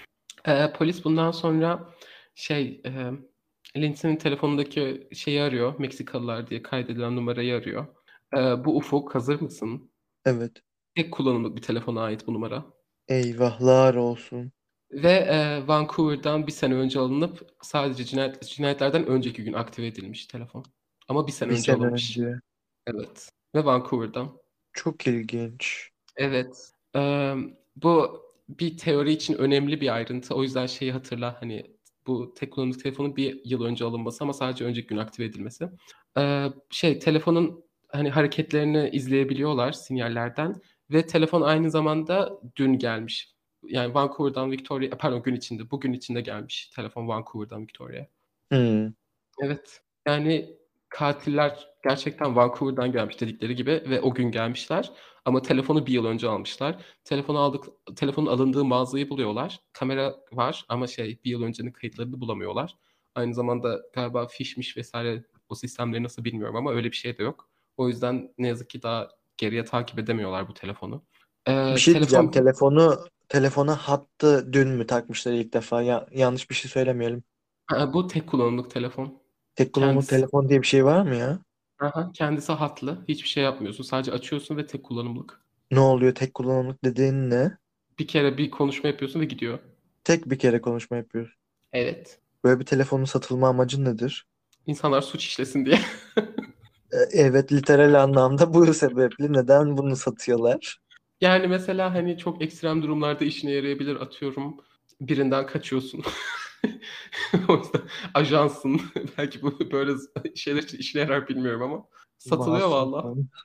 eh, polis bundan sonra şey eh, Lindsay'nin telefonundaki şeyi arıyor. Meksikalılar diye kaydedilen numarayı arıyor. Eh, bu Ufuk hazır mısın? Evet. Tek kullanımlık bir telefona ait bu numara. Eyvahlar olsun. Ve eh, Vancouver'dan bir sene önce alınıp sadece cinayet, cinayetlerden önceki gün aktive edilmiş telefon. Ama bir sene Bir önce sene alınmış. önce. Evet. Ve Vancouver'dan. Çok ilginç. Evet. Eee, bu bir teori için önemli bir ayrıntı. O yüzden şeyi hatırla hani bu tek kullanımlık telefonun bir yıl önce alınması ama sadece önceki gün aktive edilmesi. Eee, şey telefonun hani hareketlerini izleyebiliyorlar sinyallerden ve telefon aynı zamanda dün gelmiş. Yani Vancouver'dan Victoria, pardon gün içinde, bugün içinde gelmiş telefon Vancouver'dan Victoria'ya. Hmm. Evet. Yani katiller gerçekten Vancouver'dan gelmiş dedikleri gibi ve o gün gelmişler. Ama telefonu bir yıl önce almışlar. Telefonu aldık, telefonun alındığı mağazayı buluyorlar. Kamera var ama şey bir yıl öncenin kayıtlarını bulamıyorlar. Aynı zamanda galiba fişmiş vesaire o sistemleri nasıl bilmiyorum ama öyle bir şey de yok. O yüzden ne yazık ki daha geriye takip edemiyorlar bu telefonu. Bir Ee, şey diyeceğim. telefon Telefonu telefona hattı dün mü takmışlar ilk defa? Ya, yanlış bir şey söylemeyelim. Ha, bu tek kullanımlık telefon. Tek kullanımlık Kendisi. telefon diye bir şey var mı ya? Aha, kendisi hatlı. Hiçbir şey yapmıyorsun. Sadece açıyorsun ve tek kullanımlık. Ne oluyor? Tek kullanımlık dediğin ne? Bir kere bir konuşma yapıyorsun ve gidiyor. Tek bir kere konuşma yapıyoruz. Evet. Böyle bir telefonun satılma amacı nedir? İnsanlar suç işlesin diye. E, Evet, literal anlamda bu sebeple neden bunu satıyorlar? Yani mesela hani çok ekstrem durumlarda işine yarayabilir atıyorum. Birinden kaçıyorsun. O yüzden ajansın. Belki bu böyle şeyler için işine yarar bilmiyorum ama. Satılıyor valla. Masum.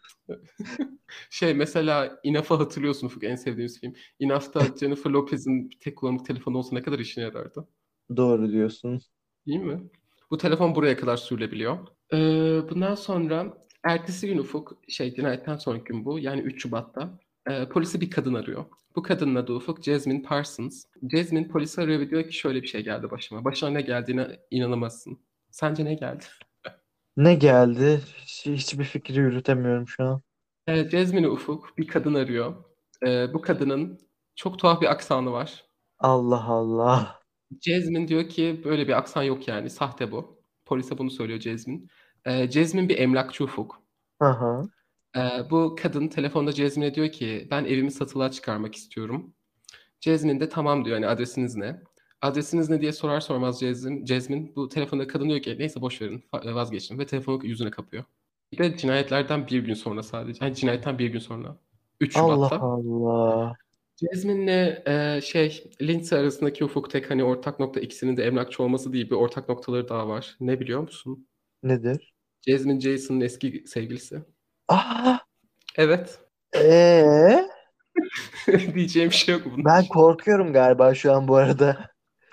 Şey mesela Enough'ı hatırlıyorsun Ufuk en sevdiğimiz film. Enough'ta Jennifer Lopez'in tek kullanımlık telefonu olsa ne kadar işine yarardı. Doğru diyorsun. Değil mi? Bu telefon buraya kadar sürülebiliyor. Ee, bundan sonra ertesi gün Ufuk, şey cinayetten sonraki gün bu. Yani üç Şubat'ta. E, polisi bir kadın arıyor. Bu kadının adı Ufuk, Jasmine Parsons. Jasmine polisi arıyor ve diyor ki şöyle bir şey geldi başıma. Başına ne geldiğine inanamazsın. Sence ne geldi? Ne geldi? Hiç- Hiçbir fikri yürütemiyorum şu an. E, Jasmine Ufuk bir kadın arıyor. E, bu kadının çok tuhaf bir aksanı var. Allah Allah. Jasmine diyor ki böyle bir aksan yok yani. Sahte bu. Polise bunu söylüyor Jasmine. E, Jasmine bir emlakçı Ufuk. Aha. Ee, bu kadın telefonda Jasmine'e diyor ki ben evimi satılığa çıkarmak istiyorum. Jasmine de tamam diyor hani adresiniz ne? Adresiniz ne diye sorar sormaz Jasmine, Jasmine bu telefonda kadın diyor ki neyse boş verin fa- vazgeçin ve telefonu yüzüne kapıyor. Bir de cinayetlerden bir gün sonra sadece. Hani cinayetten bir gün sonra. üç Allah Şubat'ta. Allah. Jasmine'le e, şey Lindsay arasındaki ufuk tek hani ortak nokta ikisinin de emlakçı olması değil bir ortak noktaları daha var. Ne biliyor musun? Nedir? Jasmine Jason'ın eski sevgilisi. Aa, Evet. ee? Diyeceğim bir şey yok bunun Ben için. korkuyorum galiba şu an bu arada.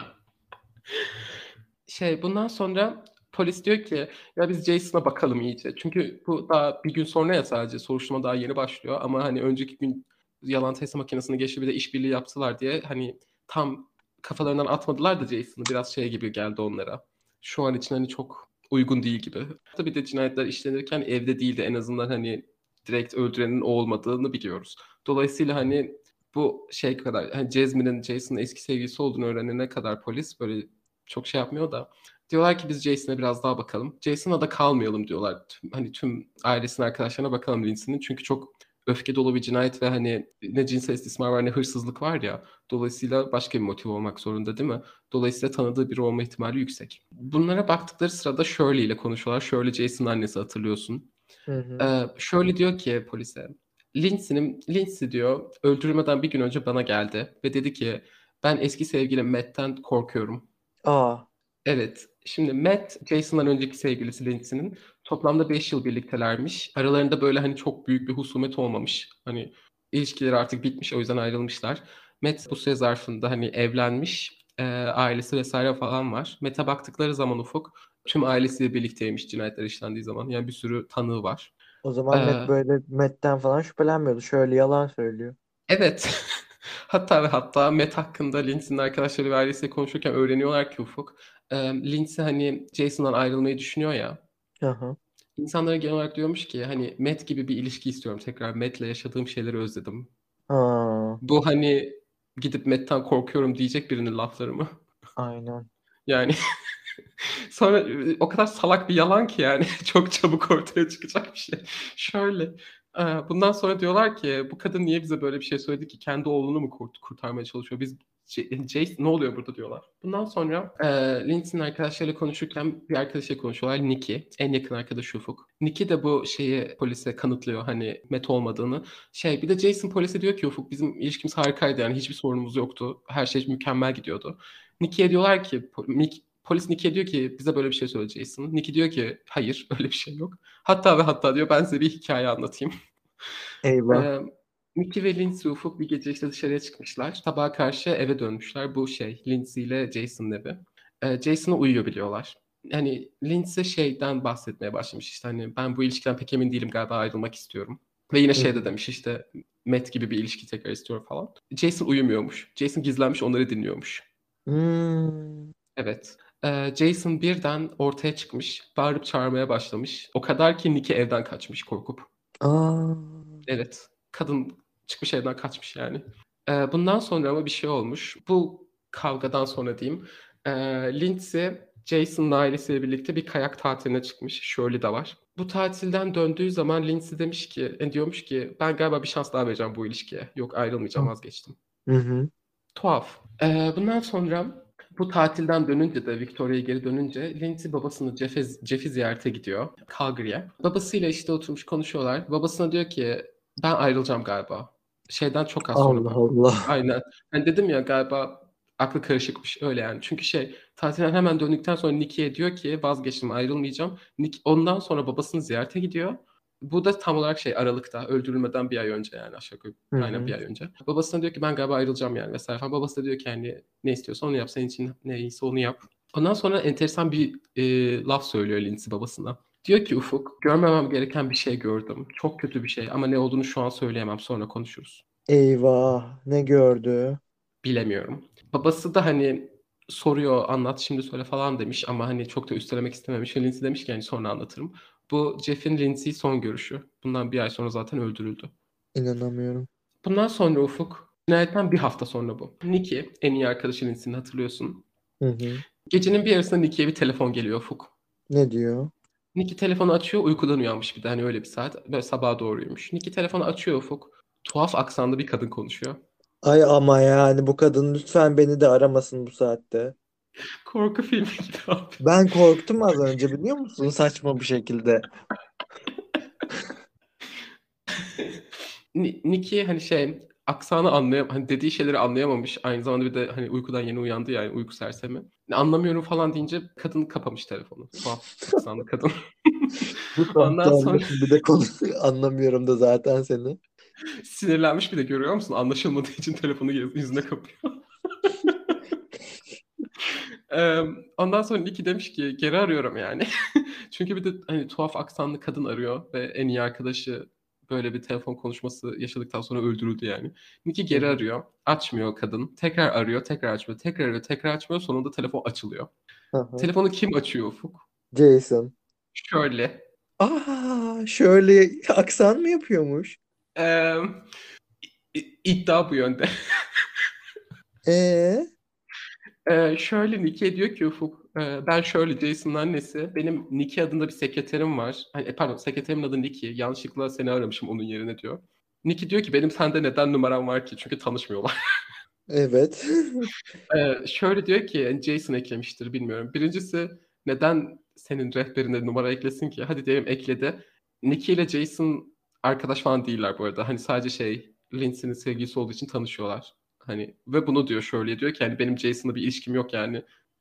Şey bundan sonra polis diyor ki ya biz Jason'a bakalım iyice. Çünkü bu daha bir gün sonra ya sadece soruşturma daha yeni başlıyor ama hani önceki gün yalan test makinesini geçti bir de işbirliği yaptılar diye hani tam kafalarından atmadılar da Jason'ı biraz şey gibi geldi onlara. Şu an için hani çok uygun değil gibi. Tabii de cinayetler işlenirken evde değil de en azından hani direkt öldürenin o olmadığını biliyoruz. Dolayısıyla hani bu şey kadar hani Jasmine'in Jason'ın eski sevgilisi olduğunu öğrenene kadar polis böyle çok şey yapmıyor da diyorlar ki biz Jason'a biraz daha bakalım. Jason'a da kalmayalım diyorlar. Tüm, hani tüm ailesinin arkadaşlarına bakalım Lindsay'nin. Çünkü çok öfke dolu bir cinayet ve hani ne cinsel istismar var ne hırsızlık var ya. Dolayısıyla başka bir motiv olmak zorunda değil mi? Dolayısıyla tanıdığı biri olma ihtimali yüksek. Bunlara baktıkları sırada Shirley ile konuşuyorlar. Shirley Jason'ın annesi hatırlıyorsun. Hı hı. Ee, Shirley diyor ki polise Lindsay'nin Lindsay diyor öldürülmeden bir gün önce bana geldi ve dedi ki ben eski sevgilim Matt'ten korkuyorum. Aa, Evet. Şimdi Matt, Jason'dan önceki sevgilisi Lindsay'nin toplamda beş yıl birliktelermiş. Aralarında böyle hani çok büyük bir husumet olmamış. Hani ilişkileri artık bitmiş, o yüzden ayrılmışlar. Matt bu süre zarfında hani evlenmiş, e, ailesi vesaire falan var. Matt'e baktıkları zaman Ufuk tüm ailesiyle birlikteymiş cinayetler işlendiği zaman. Yani bir sürü tanığı var. O zaman Matt E, böyle Matt'ten falan şüphelenmiyordu. Şöyle yalan söylüyor. evet. Hatta ve hatta Matt hakkında Lindsay'nin arkadaşları ve ailesiyle konuşurken öğreniyorlar ki Ufuk. E, Lindsay hani Jason'dan ayrılmayı düşünüyor ya. Aha. İnsanlara genel olarak diyormuş ki hani Matt gibi bir ilişki istiyorum. Tekrar Matt'le yaşadığım şeyleri özledim. Ha, Bu hani gidip Matt'ten korkuyorum diyecek birinin lafları mı? aynen. Yani sonra e, o kadar salak bir yalan ki yani çok çabuk ortaya çıkacak bir şey. Şöyle e, bundan sonra diyorlar ki bu kadın niye bize böyle bir şey söyledi ki? Kendi oğlunu mu kurt- kurtarmaya çalışıyor? Biz J- Jace ne oluyor burada diyorlar. Bundan sonra e, Lindsay'nin arkadaşlarıyla konuşurken bir arkadaşıyla konuşuyorlar. Nikki. En yakın arkadaşı Ufuk. Nikki de bu şeyi polise kanıtlıyor hani Matt olmadığını. Şey bir de Jason polise diyor ki Ufuk bizim ilişkimiz harikaydı yani hiçbir sorunumuz yoktu. Her şey mükemmel gidiyordu. Nicki'ye diyorlar ki po- Nick, polis Nick'e diyor ki bize böyle bir şey söyleyeceksin. Nicky diyor ki hayır öyle bir şey yok. Hatta ve hatta diyor ben size bir hikaye anlatayım. Eyvah. Ee, Nicky ve Lindsay Ufuk bir gece işte dışarıya çıkmışlar. Sabaha karşı eve dönmüşler. Bu şey Lindsay ile Jason'ın evi. Ee, Jason'a uyuyor biliyorlar. Hani Lindsay şeyden bahsetmeye başlamış işte hani ben bu ilişkiden pek emin değilim galiba ayrılmak istiyorum. Ve yine Hı şey de hı. demiş işte Matt gibi bir ilişki tekrar istiyor falan. Jason uyumuyormuş. Jason gizlenmiş onları dinliyormuş. Hmm. Evet. Ee, Jason birden ortaya çıkmış, bağırıp çağırmaya başlamış. O kadar ki Nicky evden kaçmış korkup. Aa. Evet, kadın çıkmış evden kaçmış yani. Ee, bundan sonra ama bir şey olmuş. Bu kavgadan sonra diyeyim. Ee, Lindsay, Jason'ın ailesiyle birlikte bir kayak tatiline çıkmış. Shirley de var. Bu tatilden döndüğü zaman Lindsay demiş ki, e, diyormuş ki ben galiba bir şans daha vereceğim bu ilişkiye. Yok ayrılmayacağım vazgeçtim. Hı hı. Tuhaf. Ee, bundan sonra bu tatilden dönünce de Victoria'ya geri dönünce Lindsay babasını Jeff'i, Jeff'i ziyarete gidiyor Calgary'e. Babasıyla işte oturmuş konuşuyorlar. Babasına diyor ki ben ayrılacağım galiba. Şeyden çok az sonra Allah bu. Allah. Aynen. Hani dedim ya galiba aklı karışıkmış öyle yani. Çünkü şey tatilden hemen döndükten sonra Nicky'ye diyor ki vazgeçtim ayrılmayacağım. Nick ondan sonra babasını ziyarete gidiyor. Bu da tam olarak şey Aralık'ta öldürülmeden bir ay önce yani aşağı yukarı Hı aynen bir hı. ay önce. Babasına diyor ki ben galiba ayrılacağım yani vesaire falan. Babası da diyor ki hani ne istiyorsa onu yap senin için ne iyiyse onu yap. Ondan sonra enteresan bir e, laf söylüyor Lindsay babasına. Diyor ki Ufuk görmemem gereken bir şey gördüm. Çok kötü bir şey ama ne olduğunu şu an söyleyemem sonra konuşuruz. Eyvah. Ne gördü? Bilemiyorum. Babası da hani soruyor anlat şimdi söyle falan demiş ama hani çok da üstelemek istememiş. Ve Lindsay demiş ki yani sonra anlatırım. Bu Jeff'in Lindsay son görüşü. Bundan bir ay sonra zaten öldürüldü. İnanamıyorum. Bundan sonra Ufuk, cinayetten bir hafta sonra bu. Nicky, en iyi arkadaşı Lindsay'ni hatırlıyorsun. Hı hı. Gecenin bir yarısında Nicky'ye bir telefon geliyor Ufuk. Ne diyor? Nicky telefonu açıyor, uykudan uyanmış bir de hani öyle bir saat. Böyle sabaha doğruymuş. Nicky telefonu açıyor Ufuk. Tuhaf aksanlı bir kadın konuşuyor. Ay ama yani bu kadın lütfen beni de aramasın bu saatte. Korku filmi gibi abi. Ben korktum az önce biliyor musun? Saçma bir şekilde. Ni- Nicky hani şey aksanı anlayam hani dediği şeyleri anlayamamış. Aynı zamanda bir de hani uykudan yeni uyandı yani uyku sersemi. Anlamıyorum falan deyince kadın kapamış telefonu. Tuhaf aksanlı kadın. Bu saatte Ondan sonra anlasın bir de konu anlamıyorum da zaten seni. sinirlenmiş bir de görüyor musun? Anlaşılmadığı için telefonu yüz- yüzüne kapıyor. Ee, ondan sonra Nicky demiş ki geri arıyorum yani. Çünkü bir de hani tuhaf aksanlı kadın arıyor ve en iyi arkadaşı böyle bir telefon konuşması yaşadıktan sonra öldürüldü yani. Nicky Hı geri hı. arıyor. Açmıyor kadın. Tekrar arıyor, tekrar açmıyor. Tekrar arıyor, tekrar açmıyor. Sonunda telefon açılıyor. Hı hı. Telefonu kim açıyor Ufuk? Jason. Şöyle. Aa, şöyle aksan mı yapıyormuş? Ee, i- iddia bu yönde. Ee, Ee, şöyle Nicky diyor ki Ufuk, e, ben şöyle Jason'ın annesi, benim Nicky adında bir sekreterim var. Hani, e, pardon, sekreterimin adı Nicky. Yanlışlıkla seni aramışım onun yerine diyor. Nicky diyor ki benim sende neden numaram var ki? Çünkü tanışmıyorlar. evet. Ee, şöyle diyor ki yani Jason eklemiştir bilmiyorum. Birincisi neden senin rehberine numara eklesin ki? Hadi diyelim ekledi. Nicky ile Jason arkadaş falan değiller bu arada. Hani sadece şey Lindsay'nin sevgilisi olduğu için tanışıyorlar. Hani ve bunu diyor şöyle diyor ki hani benim Jason'la bir ilişkim yok yani.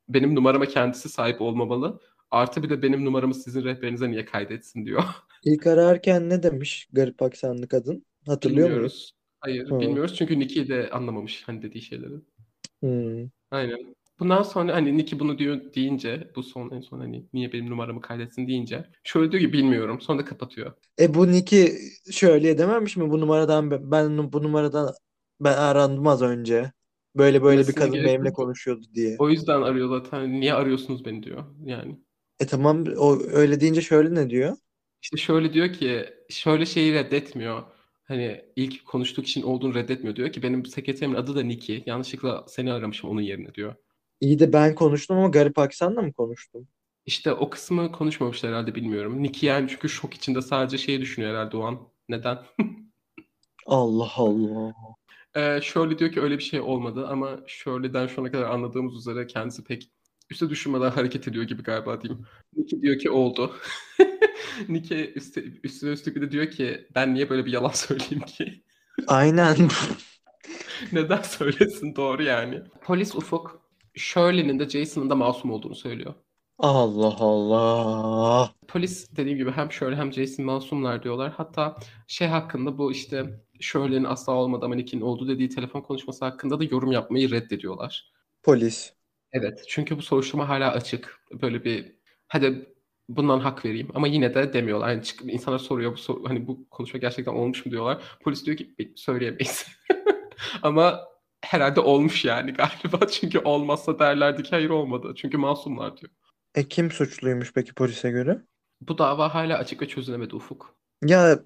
benim numarama kendisi sahip olmamalı. Artı bir de benim numaramı sizin rehberinize niye kaydetsin diyor. İlk ararken ne demiş garip aksanlı kadın? Hatırlıyor muyum? Bilmiyoruz. Hayır, Ha. bilmiyoruz çünkü Nicky de anlamamış hani dediği şeyleri. Hmm. Aynen. Bundan sonra hani Nicky bunu diyor deyince, bu son en son hani niye benim numaramı kaydetsin deyince şöyle diyor ki bilmiyorum. Sonra da kapatıyor. E bu Nick'i şöyle dememiş mi? Bu numaradan ben ben bu numaradan ben arandım az önce. Böyle böyle bir Demesine kadın gerek benimle yok ki. konuşuyordu diye. O yüzden arıyor zaten. Hani niye arıyorsunuz beni diyor. Yani. E tamam, o öyle deyince şöyle ne diyor? İşte şöyle diyor ki şöyle şeyi reddetmiyor. Hani ilk konuştuğu kişinin olduğunu reddetmiyor. Diyor ki benim sekreterimin adı da Nicky. Yanlışlıkla seni aramışım onun yerine diyor. İyi de ben konuştum ama garip aksanla mı konuştum? İşte o kısmı konuşmamışlar herhalde bilmiyorum. Nicky yani çünkü şok içinde sadece şeyi düşünüyor herhalde o an. Neden? Allah Allah. Ee, şöyle diyor ki öyle bir şey olmadı ama şöyleden şu ana kadar anladığımız üzere kendisi pek üste düşünmeden hareket ediyor gibi galiba diyeyim. Nicky diyor ki oldu. Nicky üstte, üstüne üstlük bir de diyor ki ben niye böyle bir yalan söyleyeyim ki? Aynen. Neden söylesin doğru yani. Polis Ufuk Shirley'nin de Jason'ın da masum olduğunu söylüyor. Allah Allah. Polis dediğim gibi hem Shirley hem Jason masumlar diyorlar. Hatta şey hakkında bu işte Shirley'nin asla olmadı ama Nick'in olduğu dediği telefon konuşması hakkında da yorum yapmayı reddediyorlar. Polis. Evet çünkü bu soruşturma hala açık. Böyle bir hadi bundan hak vereyim ama yine de demiyorlar. Yani çıkıp insanlar soruyor bu sor- hani bu konuşma gerçekten olmuş mu diyorlar. Polis diyor ki söyleyemeyiz. Ama herhalde olmuş yani galiba. Çünkü olmazsa derlerdi ki hayır olmadı. Çünkü masumlar diyor. E kim suçluymuş peki polise göre? Bu dava hala açık ve çözülemedi Ufuk. Ya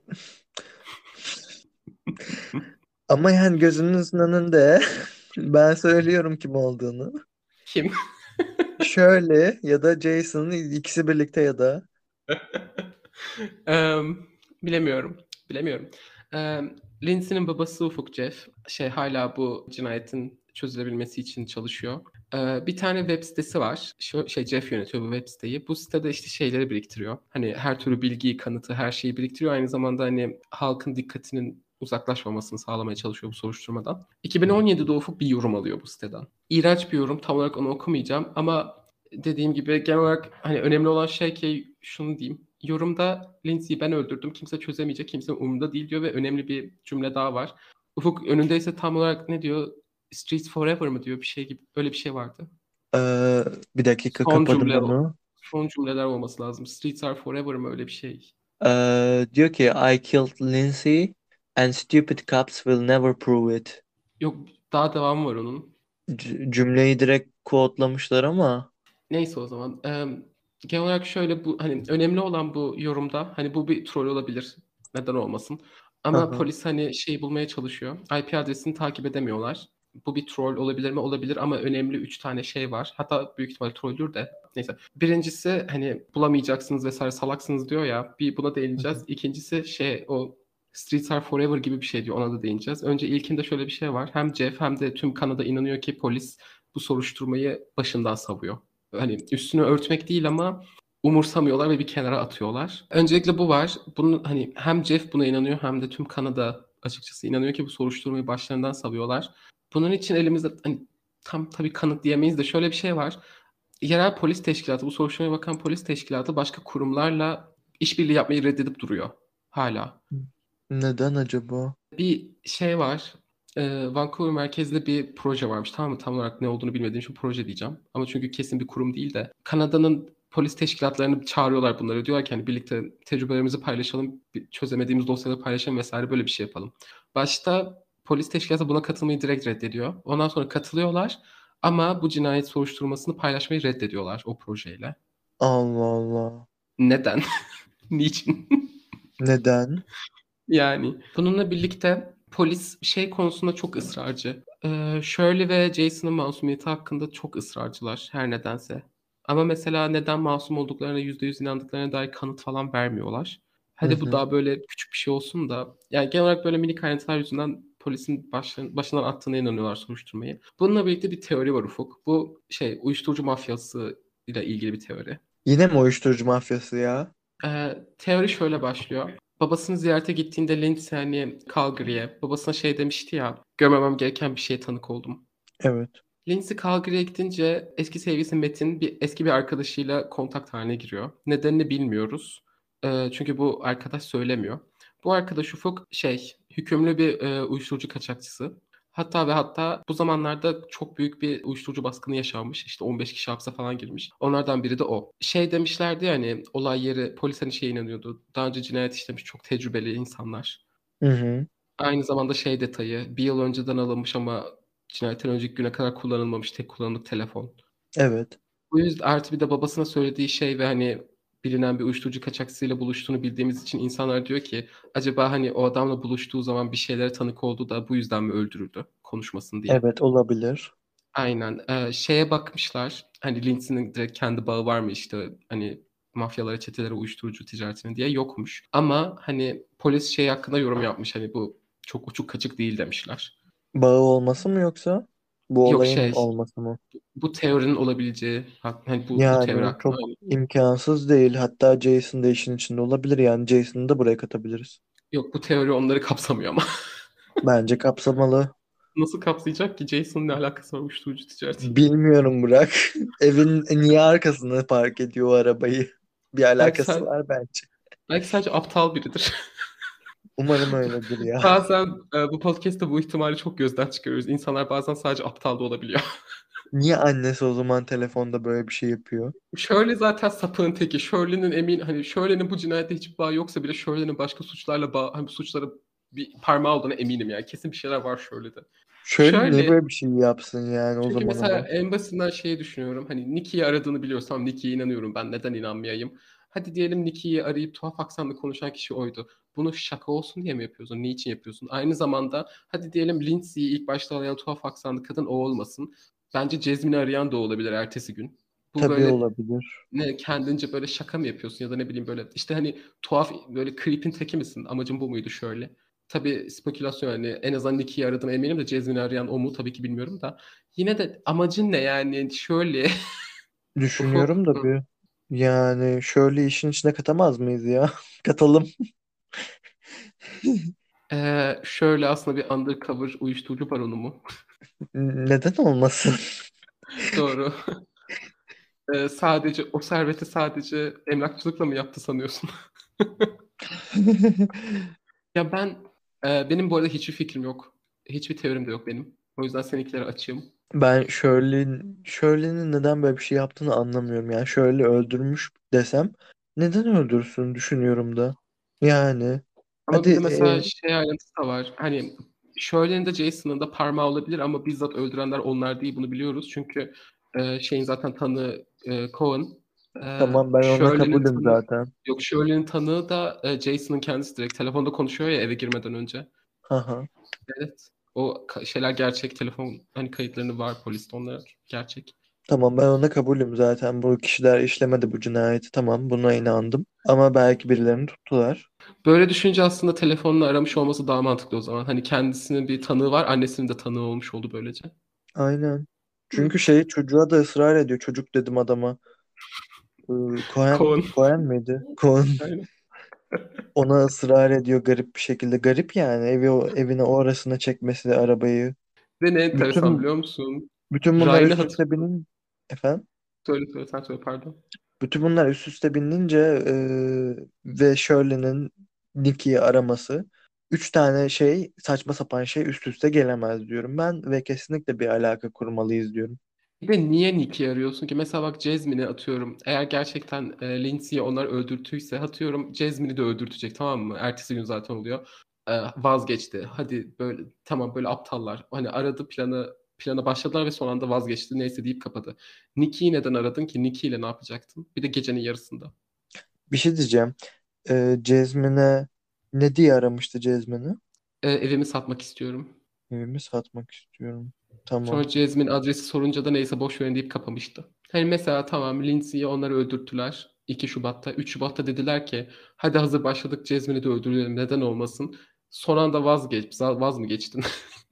ama yani gözünüzün önünde ben söylüyorum kim olduğunu. Kim? Şöyle ya da Jason'ın ikisi birlikte ya da Em, bilemiyorum. Bilemiyorum. Em, Lindsay'nin babası Ufuk Jeff şey hala bu cinayetin çözülebilmesi için çalışıyor. Ee, bir tane web sitesi var. Şu, şey Jeff yönetiyor bu web siteyi. Bu sitede işte şeyleri biriktiriyor. Hani her türlü bilgiyi, kanıtı, her şeyi biriktiriyor. Aynı zamanda hani halkın dikkatinin uzaklaşmamasını sağlamaya çalışıyor bu soruşturmadan. iki bin on yedide Ufuk bir yorum alıyor bu siteden. İğrenç bir yorum. Tam olarak onu okumayacağım ama dediğim gibi genel olarak hani önemli olan şey ki şunu diyeyim. Yorumda Lindsay'i ben öldürdüm. Kimse çözemeyecek. Kimse umurunda değil diyor ve önemli bir cümle daha var. Ufuk önündeyse tam olarak ne diyor? Streets Forever mı diyor bir şey gibi. Öyle bir şey vardı. Ee, bir dakika Son kapadım cümle onu. son cümleler olması lazım. Streets are forever mı öyle bir şey. Ee, diyor ki I killed Lindsay and stupid cops will never prove it. Yok daha devamı var onun. C- cümleyi direkt kodlamışlar ama. Neyse o zaman. Ee, genel olarak şöyle bu hani önemli olan bu yorumda hani bu bir troll olabilir. Neden olmasın? Ama Aha. polis hani şeyi bulmaya çalışıyor. I P adresini takip edemiyorlar. Bu bir troll olabilir mi? Olabilir ama önemli üç tane şey var. Hatta büyük ihtimal trolldür de. Neyse. Birincisi hani bulamayacaksınız vesaire salaksınız diyor ya. Bir buna Hı değineceğiz. hı. İkincisi şey o Streets are forever gibi bir şey diyor. Ona da değineceğiz. Önce ilkinde şöyle bir şey var. Hem Jeff hem de tüm Kanada inanıyor ki polis bu soruşturmayı başından savuyor. Hani üstünü örtmek değil ama umursamıyorlar ve bir kenara atıyorlar. Öncelikle bu var. Bunun hani hem Jeff buna inanıyor hem de tüm Kanada açıkçası inanıyor ki bu soruşturmayı başlarından savuyorlar. Bunun için elimizde hani tam tabii kanıt diyemeyiz de şöyle bir şey var. Yerel polis teşkilatı, bu soruşturmaya bakan polis teşkilatı başka kurumlarla işbirliği yapmayı reddedip duruyor hala. Neden acaba? Bir şey var. Ee, Vancouver merkezli bir proje varmış. Tamam mı? Tam olarak ne olduğunu bilmediğim için proje diyeceğim. Ama çünkü kesin bir kurum değil de. Kanada'nın polis teşkilatlarını çağırıyorlar bunları. Diyorlar ki hani birlikte tecrübelerimizi paylaşalım. bir Çözemediğimiz dosyaları paylaşalım vesaire böyle bir şey yapalım. Başta polis teşkilatı buna katılmayı direkt reddediyor. Ondan sonra katılıyorlar. Ama bu cinayet soruşturmasını paylaşmayı reddediyorlar o projeyle. Allah Allah. Neden? Niçin? Neden? Yani bununla birlikte polis şey konusunda çok ısrarcı. Ee, Shirley ve Jason'ın masumiyeti hakkında çok ısrarcılar her nedense. Ama mesela neden masum olduklarına yüzde yüz inandıklarına dair kanıt falan vermiyorlar. Hı Hadi bu hı. daha böyle küçük bir şey olsun da yani genel olarak böyle minik ayrıntılar yüzünden polisin başlan- başından attığına inanıyorlar soruşturmayı. Bununla birlikte bir teori var Ufuk. Bu şey uyuşturucu mafyası ile ilgili bir teori. Yine mi uyuşturucu mafyası ya? Ee, teori şöyle başlıyor. Babasını ziyarete gittiğinde Lindsay hani Calgary'e babasına şey demişti ya görmemem gereken bir şeye tanık oldum. Evet. Lindsay Calgary'e gidince eski sevgilisi Metin bir eski bir arkadaşıyla kontak haline giriyor. Nedenini bilmiyoruz. Ee, çünkü bu arkadaş söylemiyor. Bu arkadaş Ufuk şey hükümlü bir e, uyuşturucu kaçakçısı. Hatta ve hatta bu zamanlarda çok büyük bir uyuşturucu baskını yaşanmış. İşte on beş kişi hapse falan girmiş. Onlardan biri de o. Şey demişlerdi ya hani olay yeri polis hani şeye inanıyordu. Daha önce cinayet işlemiş çok tecrübeli insanlar. Hı hı. Aynı zamanda şey detayı bir yıl önceden alınmış ama cinayetten önceki güne kadar kullanılmamış tek kullanımlık telefon. Evet. Bu yüzden artı bir de babasına söylediği şey ve hani bilinen bir uyuşturucu kaçakçısıyla buluştuğunu bildiğimiz için insanlar diyor ki acaba hani o adamla buluştuğu zaman bir şeylere tanık oldu da bu yüzden mi öldürüldü konuşmasın diye. Evet, olabilir. Aynen. Ee, şeye bakmışlar. Hani Lindsay'nin direkt kendi bağı var mı işte hani mafyalara, çetelere, uyuşturucu ticaretine diye yokmuş. Ama hani polis şey hakkında yorum yapmış. Hani bu çok uçuk kaçık değil demişler. Bağı olması mı yoksa bu Yok olayın şey olması mı? bu teorinin olabileceği hak- hani bu bu teori Yani hakkında. çok imkansız değil. Hatta Jason da işin içinde olabilir. Yani Jason'ı da buraya katabiliriz. Yok bu teori onları kapsamıyor ama. Bence kapsamalı. Nasıl kapsayacak ki? Jason'ın ne alakası var uyuşturucu ticaretiyle? Bilmiyorum, Burak. Evin niye arkasına park ediyor o arabayı? Bir Belki, alakası sen, var bence. belki sadece aptal biridir. Umarım öyledir ya. Bazen e, bu podcast'ta bu ihtimali çok gözden çıkarıyoruz. İnsanlar bazen sadece aptal da olabiliyor. Niye annesi o zaman telefonda böyle bir şey yapıyor? Shirley zaten sapığın teki. Shirley'nin emin hani Shirley'nin bu cinayette hiçbir bağı yoksa bile Shirley'nin başka suçlarla bağ, hani suçlara bir parmağı olduğuna eminim yani. Kesin bir şeyler var Shirley'de. Şöyle niye Shirley böyle bir şey yapsın yani o çünkü zaman mesela ama? en basitinden şeyi düşünüyorum. Hani Nicki'yi aradığını biliyorsam Nicki'ye inanıyorum ben. Neden inanmayayım? Hadi diyelim Nicki'yi arayıp tuhaf aksanla konuşan kişi oydu. Bunu şaka olsun diye mi yapıyorsun? Niçin yapıyorsun? Aynı zamanda hadi diyelim Lindsay'i ilk başta arayan tuhaf aksanlı kadın o olmasın. Bence Jasmine'i arayan da o olabilir ertesi gün. Bu Tabii böyle olabilir. ne kendince böyle şaka mı yapıyorsun ya da ne bileyim böyle işte hani tuhaf böyle creep'in teki misin? Amacın bu muydu şöyle? Tabii spekülasyon yani en azından Nicki'yi aradım eminim de Jasmine'i arayan o mu tabii ki bilmiyorum da. Yine de amacın ne yani şöyle ufuk Düşünüyorum da hı. bir. Yani şöyle işin içine katamaz mıyız ya? Katalım. Ee, şöyle aslında bir undercover uyuşturucu baronu mu? Neden olmasın? Doğru. Ee, sadece o serveti sadece emlakçılıkla mı yaptı sanıyorsun? Ya ben e, benim bu arada hiçbir fikrim yok. Hiçbir teorim de yok benim. O yüzden seninkileri açayım. Ben Shirley'nin Shirley'nin neden böyle bir şey yaptığını anlamıyorum. Yani Shirley öldürmüş desem neden öldürsün düşünüyorum da. Yani Ama hadi bir de e, mesela şey ayrıntısı da var. Hani Shirley'nin de Jason'ın da parmağı olabilir ama bizzat öldürenler onlar değil bunu biliyoruz. Çünkü e, şeyin zaten tanığı e, Cohen. E, tamam, ben ona Shirley'nin kabulüm tanığı zaten. yok Shirley'nin tanığı da e, Jason'ın kendisi direkt telefonda konuşuyor ya eve girmeden önce. Haha. Evet. O ka- şeyler gerçek. Telefon hani kayıtlarını var poliste onlar gerçek. Tamam, ben ona kabulüm zaten. Bu kişiler işlemedi bu cinayeti. Tamam, buna inandım. Ama belki birilerini tuttular. Böyle düşünce aslında telefonla aramış olması daha mantıklı o zaman. Hani kendisinin bir tanığı var, annesinin de tanığı olmuş oldu böylece. Aynen. Hı. Çünkü şey çocuğa da ısrar ediyor. Çocuk dedim adama. Ee, Cohen, Cohen. Cohen miydi? Cohen Aynen. ona ısrar ediyor garip bir şekilde. Garip yani evi o evine o arasına çekmesi arabayı. Ve ne enteresan Bütün biliyor musun? bütün bunlar Ryan'ı üst üste hatırlıyorum. binin efendim. Söyle söyle sen söyle pardon. Bütün bunlar üst üste binince e, ve Shirley'nin Nicky'yi araması üç tane şey saçma sapan şey üst üste gelemez diyorum ben ve kesinlikle bir alaka kurmalıyız diyorum. Bir de niye Nick'i arıyorsun ki? Mesela bak Jasmine'i atıyorum. Eğer gerçekten e, Lindsay'i onlar öldürtüyse atıyorum Jasmine'i de öldürtecek tamam mı? Ertesi gün zaten oluyor. E, vazgeçti. Hadi böyle tamam böyle aptallar. Hani aradı planı plana başladılar ve son anda vazgeçti. Neyse deyip kapadı. Nicki'yi neden aradın ki? Nicky ile ne yapacaktın? Bir de gecenin yarısında. Bir şey diyeceğim. E, Jasmine'e ne diye aramıştı Jasmine'i? E, evimi satmak istiyorum. Evimi satmak istiyorum. Tamam. Sonra Jasmine adresi sorunca da neyse boş verin deyip kapamıştı. Hani mesela tamam Lindsay'i onları öldürttüler iki Şubat'ta. üç Şubat'ta dediler ki hadi hazır başladık Jasmine'i de öldürelim neden olmasın. Son anda vazgeç, vaz mı geçtin?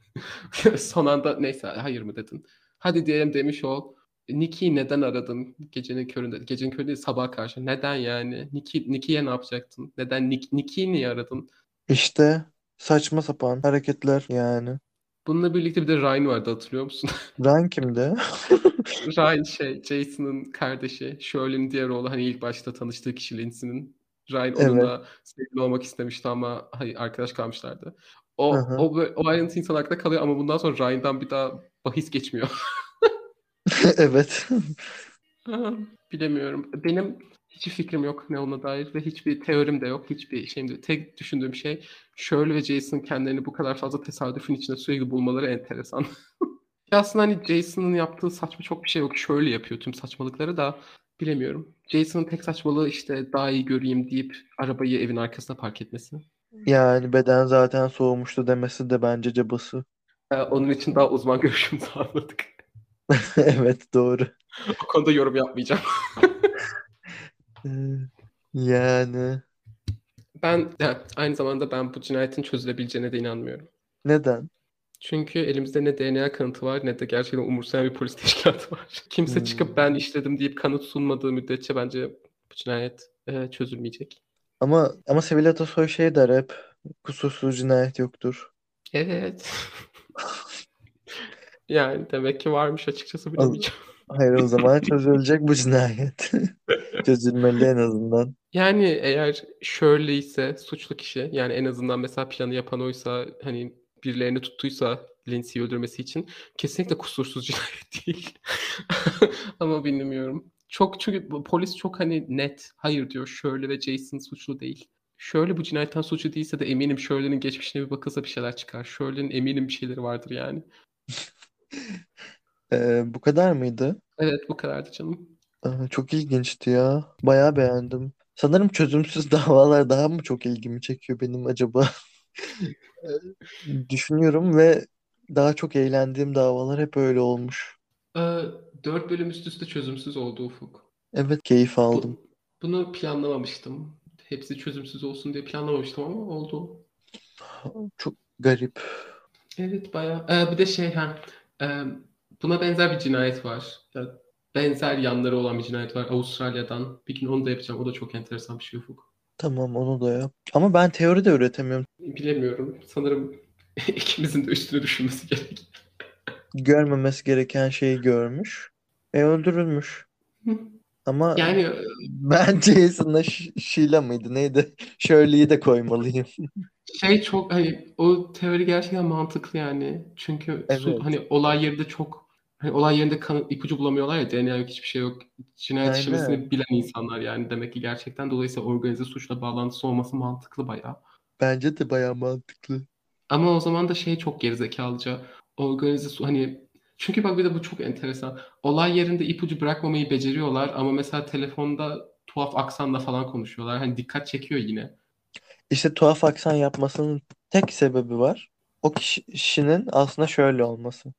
Son anda neyse hayır mı dedin? Hadi diyelim demiş ol. Nicky'yi neden aradın gecenin köründe? Gecenin köründe değil, sabaha karşı. Neden yani? Nicky, Nicky'ye ne yapacaktın? Neden Nick, Nicky'yi niye aradın? İşte saçma sapan hareketler yani. Bununla birlikte bir de Ryan vardı, hatırlıyor musun? Ryan kimdi? Ryan şey Jason'ın kardeşi. Shirley'nin diğer oğlu, hani ilk başta tanıştığı kişi Lindsay'nin. Ryan Evet. onunla sevgili olmak istemişti ama hayır, arkadaş kalmışlardı. Hı O, hı. o, bö- o ayrıntı insan aklında kalıyor ama bundan sonra Ryan'dan bir daha bahis geçmiyor. Evet. Aa, bilemiyorum. Benim hiçbir fikrim yok ne ona dair ve hiçbir teorim de yok. Hiçbir şeyim de yok. Tek düşündüğüm şey, Shirley ve Jason kendilerini bu kadar fazla tesadüfün içinde sürekli bulmaları enteresan. Ya aslında hani Jason'ın yaptığı saçma çok bir şey yok. Shirley yapıyor tüm saçmalıkları da, bilemiyorum. Jason'ın tek saçmalığı işte daha iyi göreyim deyip arabayı evin arkasına park etmesi. Yani beden zaten soğumuştu demesi de bence cabası. Ee, onun için daha uzman görüşümüzü anladık. Evet, doğru. O konuda yorum yapmayacağım. Ee, Yani Ben yani aynı zamanda ben bu cinayetin çözülebileceğine de inanmıyorum. neden? Çünkü elimizde ne D N A kanıtı var ne de gerçekten umursayan bir polis teşkilatı var. Kimse çıkıp ben Hmm. işledim deyip kanıt sunmadığı müddetçe bence bu cinayet e, çözülmeyecek. Ama ama Sibel Atasoy şey der hep, kusursuz cinayet yoktur. Evet. Yani demek ki varmış, açıkçası O- bilemeyeceğim. Hayır, o zaman çözülecek bu cinayet. Çözülmeli en azından. Yani eğer Shirley ise suçlu kişi, yani en azından mesela planı yapan oysa, hani birilerini tuttuysa Lindsay'i öldürmesi için, kesinlikle kusursuz cinayet değil. Ama bilmiyorum. Çok, çünkü bu polis çok hani net hayır diyor, Shirley ve Jason suçlu değil. Shirley bu cinayetten suçlu değilse de eminim Shirley'nin geçmişine bir bakılsa bir şeyler çıkar. Shirley'nin eminim bir şeyleri vardır yani. Ee, bu kadar mıydı? Evet, bu kadardı canım. Aa, çok ilginçti ya. Bayağı beğendim. Sanırım çözümsüz davalar daha mı çok ilgimi çekiyor benim acaba? Ee, Düşünüyorum ve daha çok eğlendiğim davalar hep öyle olmuş. Ee, Dört bölüm üst üste çözümsüz oldu Ufuk. Evet, keyif aldım. Bu, bunu planlamamıştım. Hepsi çözümsüz olsun diye planlamamıştım ama oldu. Çok garip. Evet, bayağı. Ee, bir de şey ha, e, buna benzer bir cinayet var. Ya, benzer yanları olan bir cinayet var Avustralya'dan. Bir gün onu da yapacağım. O da çok enteresan bir şey Ufuk. Tamam, onu da yap. Ama ben teori de üretemiyorum. Bilemiyorum. Sanırım ikimizin de üstüne düşünmesi gerek. Görmemesi gereken şeyi görmüş. E öldürülmüş. Ama Yani e, ben Jason'la Sh- Sheila mıydı neydi? Shirley'i de koymalıyım. şey çok hani o teori gerçekten mantıklı yani. Çünkü su, Evet. hani olay yerinde çok, hani olay yerinde kanıt ipucu bulamıyorlar ya, D N A yok, hiçbir şey yok. Cinayet Aynen. işlemesini bilen insanlar yani, demek ki gerçekten, dolayısıyla organize suçla bağlantısı olması mantıklı bayağı. Bence de bayağı mantıklı. Ama o zaman da şey çok gerizekalıca, organize su hani, çünkü bak bir de bu çok enteresan. Olay yerinde ipucu bırakmamayı beceriyorlar ama mesela telefonda tuhaf aksanla falan konuşuyorlar. Hani dikkat çekiyor yine. İşte tuhaf aksan yapmasının tek sebebi var. O kişi- kişinin aslında şöyle olması.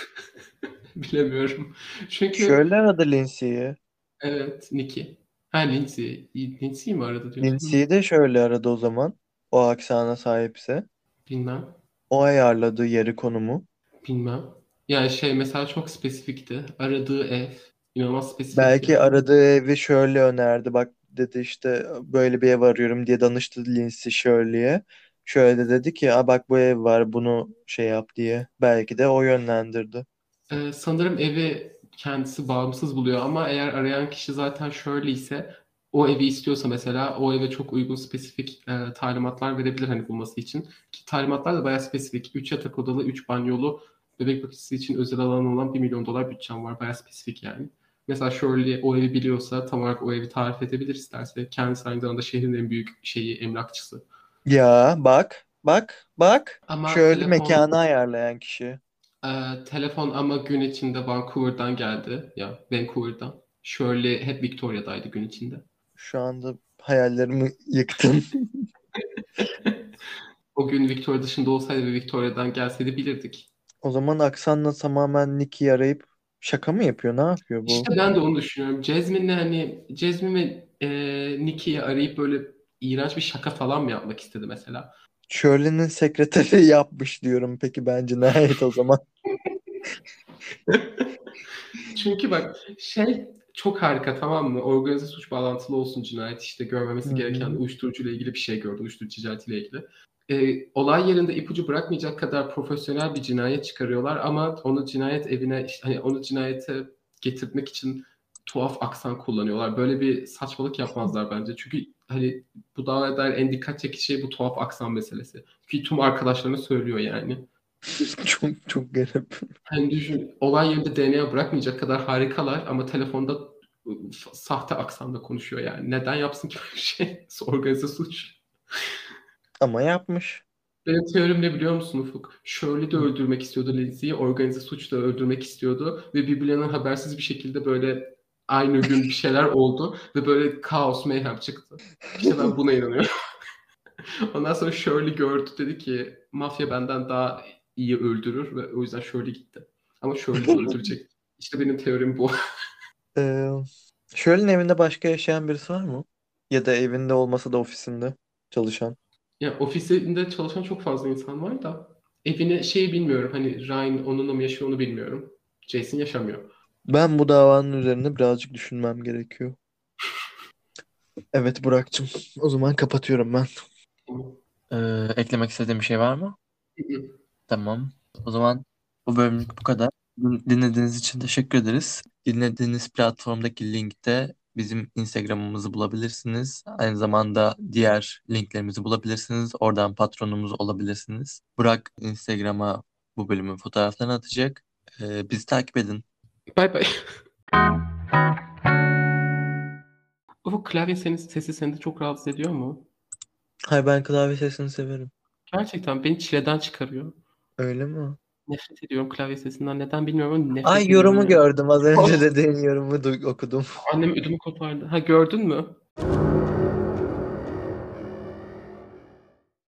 Bilemiyorum. Çünkü Şöyle aradı Lindsay'i. evet, Nicky. Ha, Lindsay. Lindsay mi aradı diyorsun? Hı. Lindsay'i de şöyle aradı o zaman. O aksana sahipse. Bilmem. O ayarladığı yeri, konumu. Bilmem. Yani şey mesela çok spesifikti. Aradığı ev inanılmaz spesifikti Belki yani. aradığı evi şöyle önerdi. Bak dedi, işte böyle bir ev arıyorum diye danıştı Lindsay Shirley'e. Şöyle de dedi ki, a bak bu ev var, bunu şey yap diye. Belki de o yönlendirdi. Ee, sanırım evi kendisi bağımsız buluyor ama eğer arayan kişi zaten şöyle ise, o evi istiyorsa mesela, o eve çok uygun spesifik e, talimatlar verebilir hani bulması için. Ki talimatlar da bayağı spesifik. Üç yatak odalı, üç banyolu, bebek bakıcısı için özel alan olan bir milyon dolar bütçem var. Bayağı spesifik yani. Mesela Shirley o evi biliyorsa tam olarak o evi tarif edebilir isterse. Kendisi aynı zamanda şehrin en büyük şeyi, emlakçısı. Ya bak, bak, bak. Ama Şöyle telefon mekanı ayarlayan kişi. Ee, telefon ama gün içinde Vancouver'dan geldi. Ya Vancouver'dan. Shirley hep Victoria'daydı gün içinde. Şu anda hayallerimi yıktın. O gün Victoria dışında olsaydı ve Victoria'dan gelseydi bilirdik. O zaman aksanla tamamen Nicky'yi arayıp şaka mı yapıyor? Ne yapıyor bu? İşte ben de onu düşünüyorum. Jasmine'le hani Jasmine ve e, Nicky'yi arayıp böyle iğrenç bir şaka falan mı yapmak istedi mesela? Shirley'nin sekreteri yapmış diyorum. Peki ben cinayet o zaman. Çünkü bak şey Çok harika, tamam mı? Organize suç bağlantılı olsun cinayet, işte görmemesi Hı gereken hı. uyuşturucuyla ilgili bir şey gördü, uyuşturucu ticaretiyle ilgili. Ee, olay yerinde ipucu bırakmayacak kadar profesyonel bir cinayet çıkarıyorlar ama onu cinayet evine, işte hani onu cinayete getirmek için tuhaf aksan kullanıyorlar. Böyle bir saçmalık yapmazlar bence. Çünkü hani bu davaya dair en dikkat çekici şey bu tuhaf aksan meselesi. Çünkü tüm arkadaşlarına söylüyor yani. Çok çok garip. Hani düşün, olay yerinde D N A bırakmayacak kadar harikalar ama telefonda ıı, f- sahte aksanda konuşuyor yani. Neden yapsın ki böyle bir şey? Organize suç. Ama yapmış. Benim teorim ne biliyor musun Ufuk? Shirley de Hı. öldürmek istiyordu Lindsay'i, organize suç da öldürmek istiyordu ve birbirlerinden habersiz bir şekilde böyle aynı gün bir şeyler oldu ve böyle kaos, mayhem çıktı. İşte ben buna inanıyorum. Ondan sonra Shirley gördü, dedi ki mafya benden daha iyi öldürür ve o yüzden Shirley gitti. Ama Shirley de öldürecek. İşte benim teorim bu. Ee, Şöyle evinde başka yaşayan birisi var mı? Ya da evinde olmasa da ofisinde çalışan. Ya ofisinde çalışan çok fazla insan var da evine şeyi bilmiyorum. Hani Ryan onunla mı yaşıyor onu bilmiyorum. Jason yaşamıyor. Ben bu davanın üzerine birazcık düşünmem gerekiyor. Evet Burak'cığım. O zaman kapatıyorum ben. Tamam. Ee, eklemek istediğim bir şey var mı? Tamam. O zaman bu bölümlük bu kadar. Din- Dinlediğiniz için teşekkür ederiz. Dinlediğiniz platformdaki linkte bizim Instagram'ımızı bulabilirsiniz. Aynı zamanda diğer linklerimizi bulabilirsiniz. Oradan patronumuz olabilirsiniz. Burak Instagram'a bu bölümün fotoğraflarını atacak. Ee, bizi takip edin. Bay bay. O klavye senin, sesi seni de çok rahatsız ediyor mu? Hayır ben klavye sesini severim. Gerçekten beni çileden çıkarıyor. Öyle mi? Nefret ediyorum klavye sesinden. Neden bilmiyorum ama Ay nefret ediyorum yorumu yani. gördüm. Az önce dediğin yorumu du- okudum. Annem ödümü kopardı. Ha, gördün mü?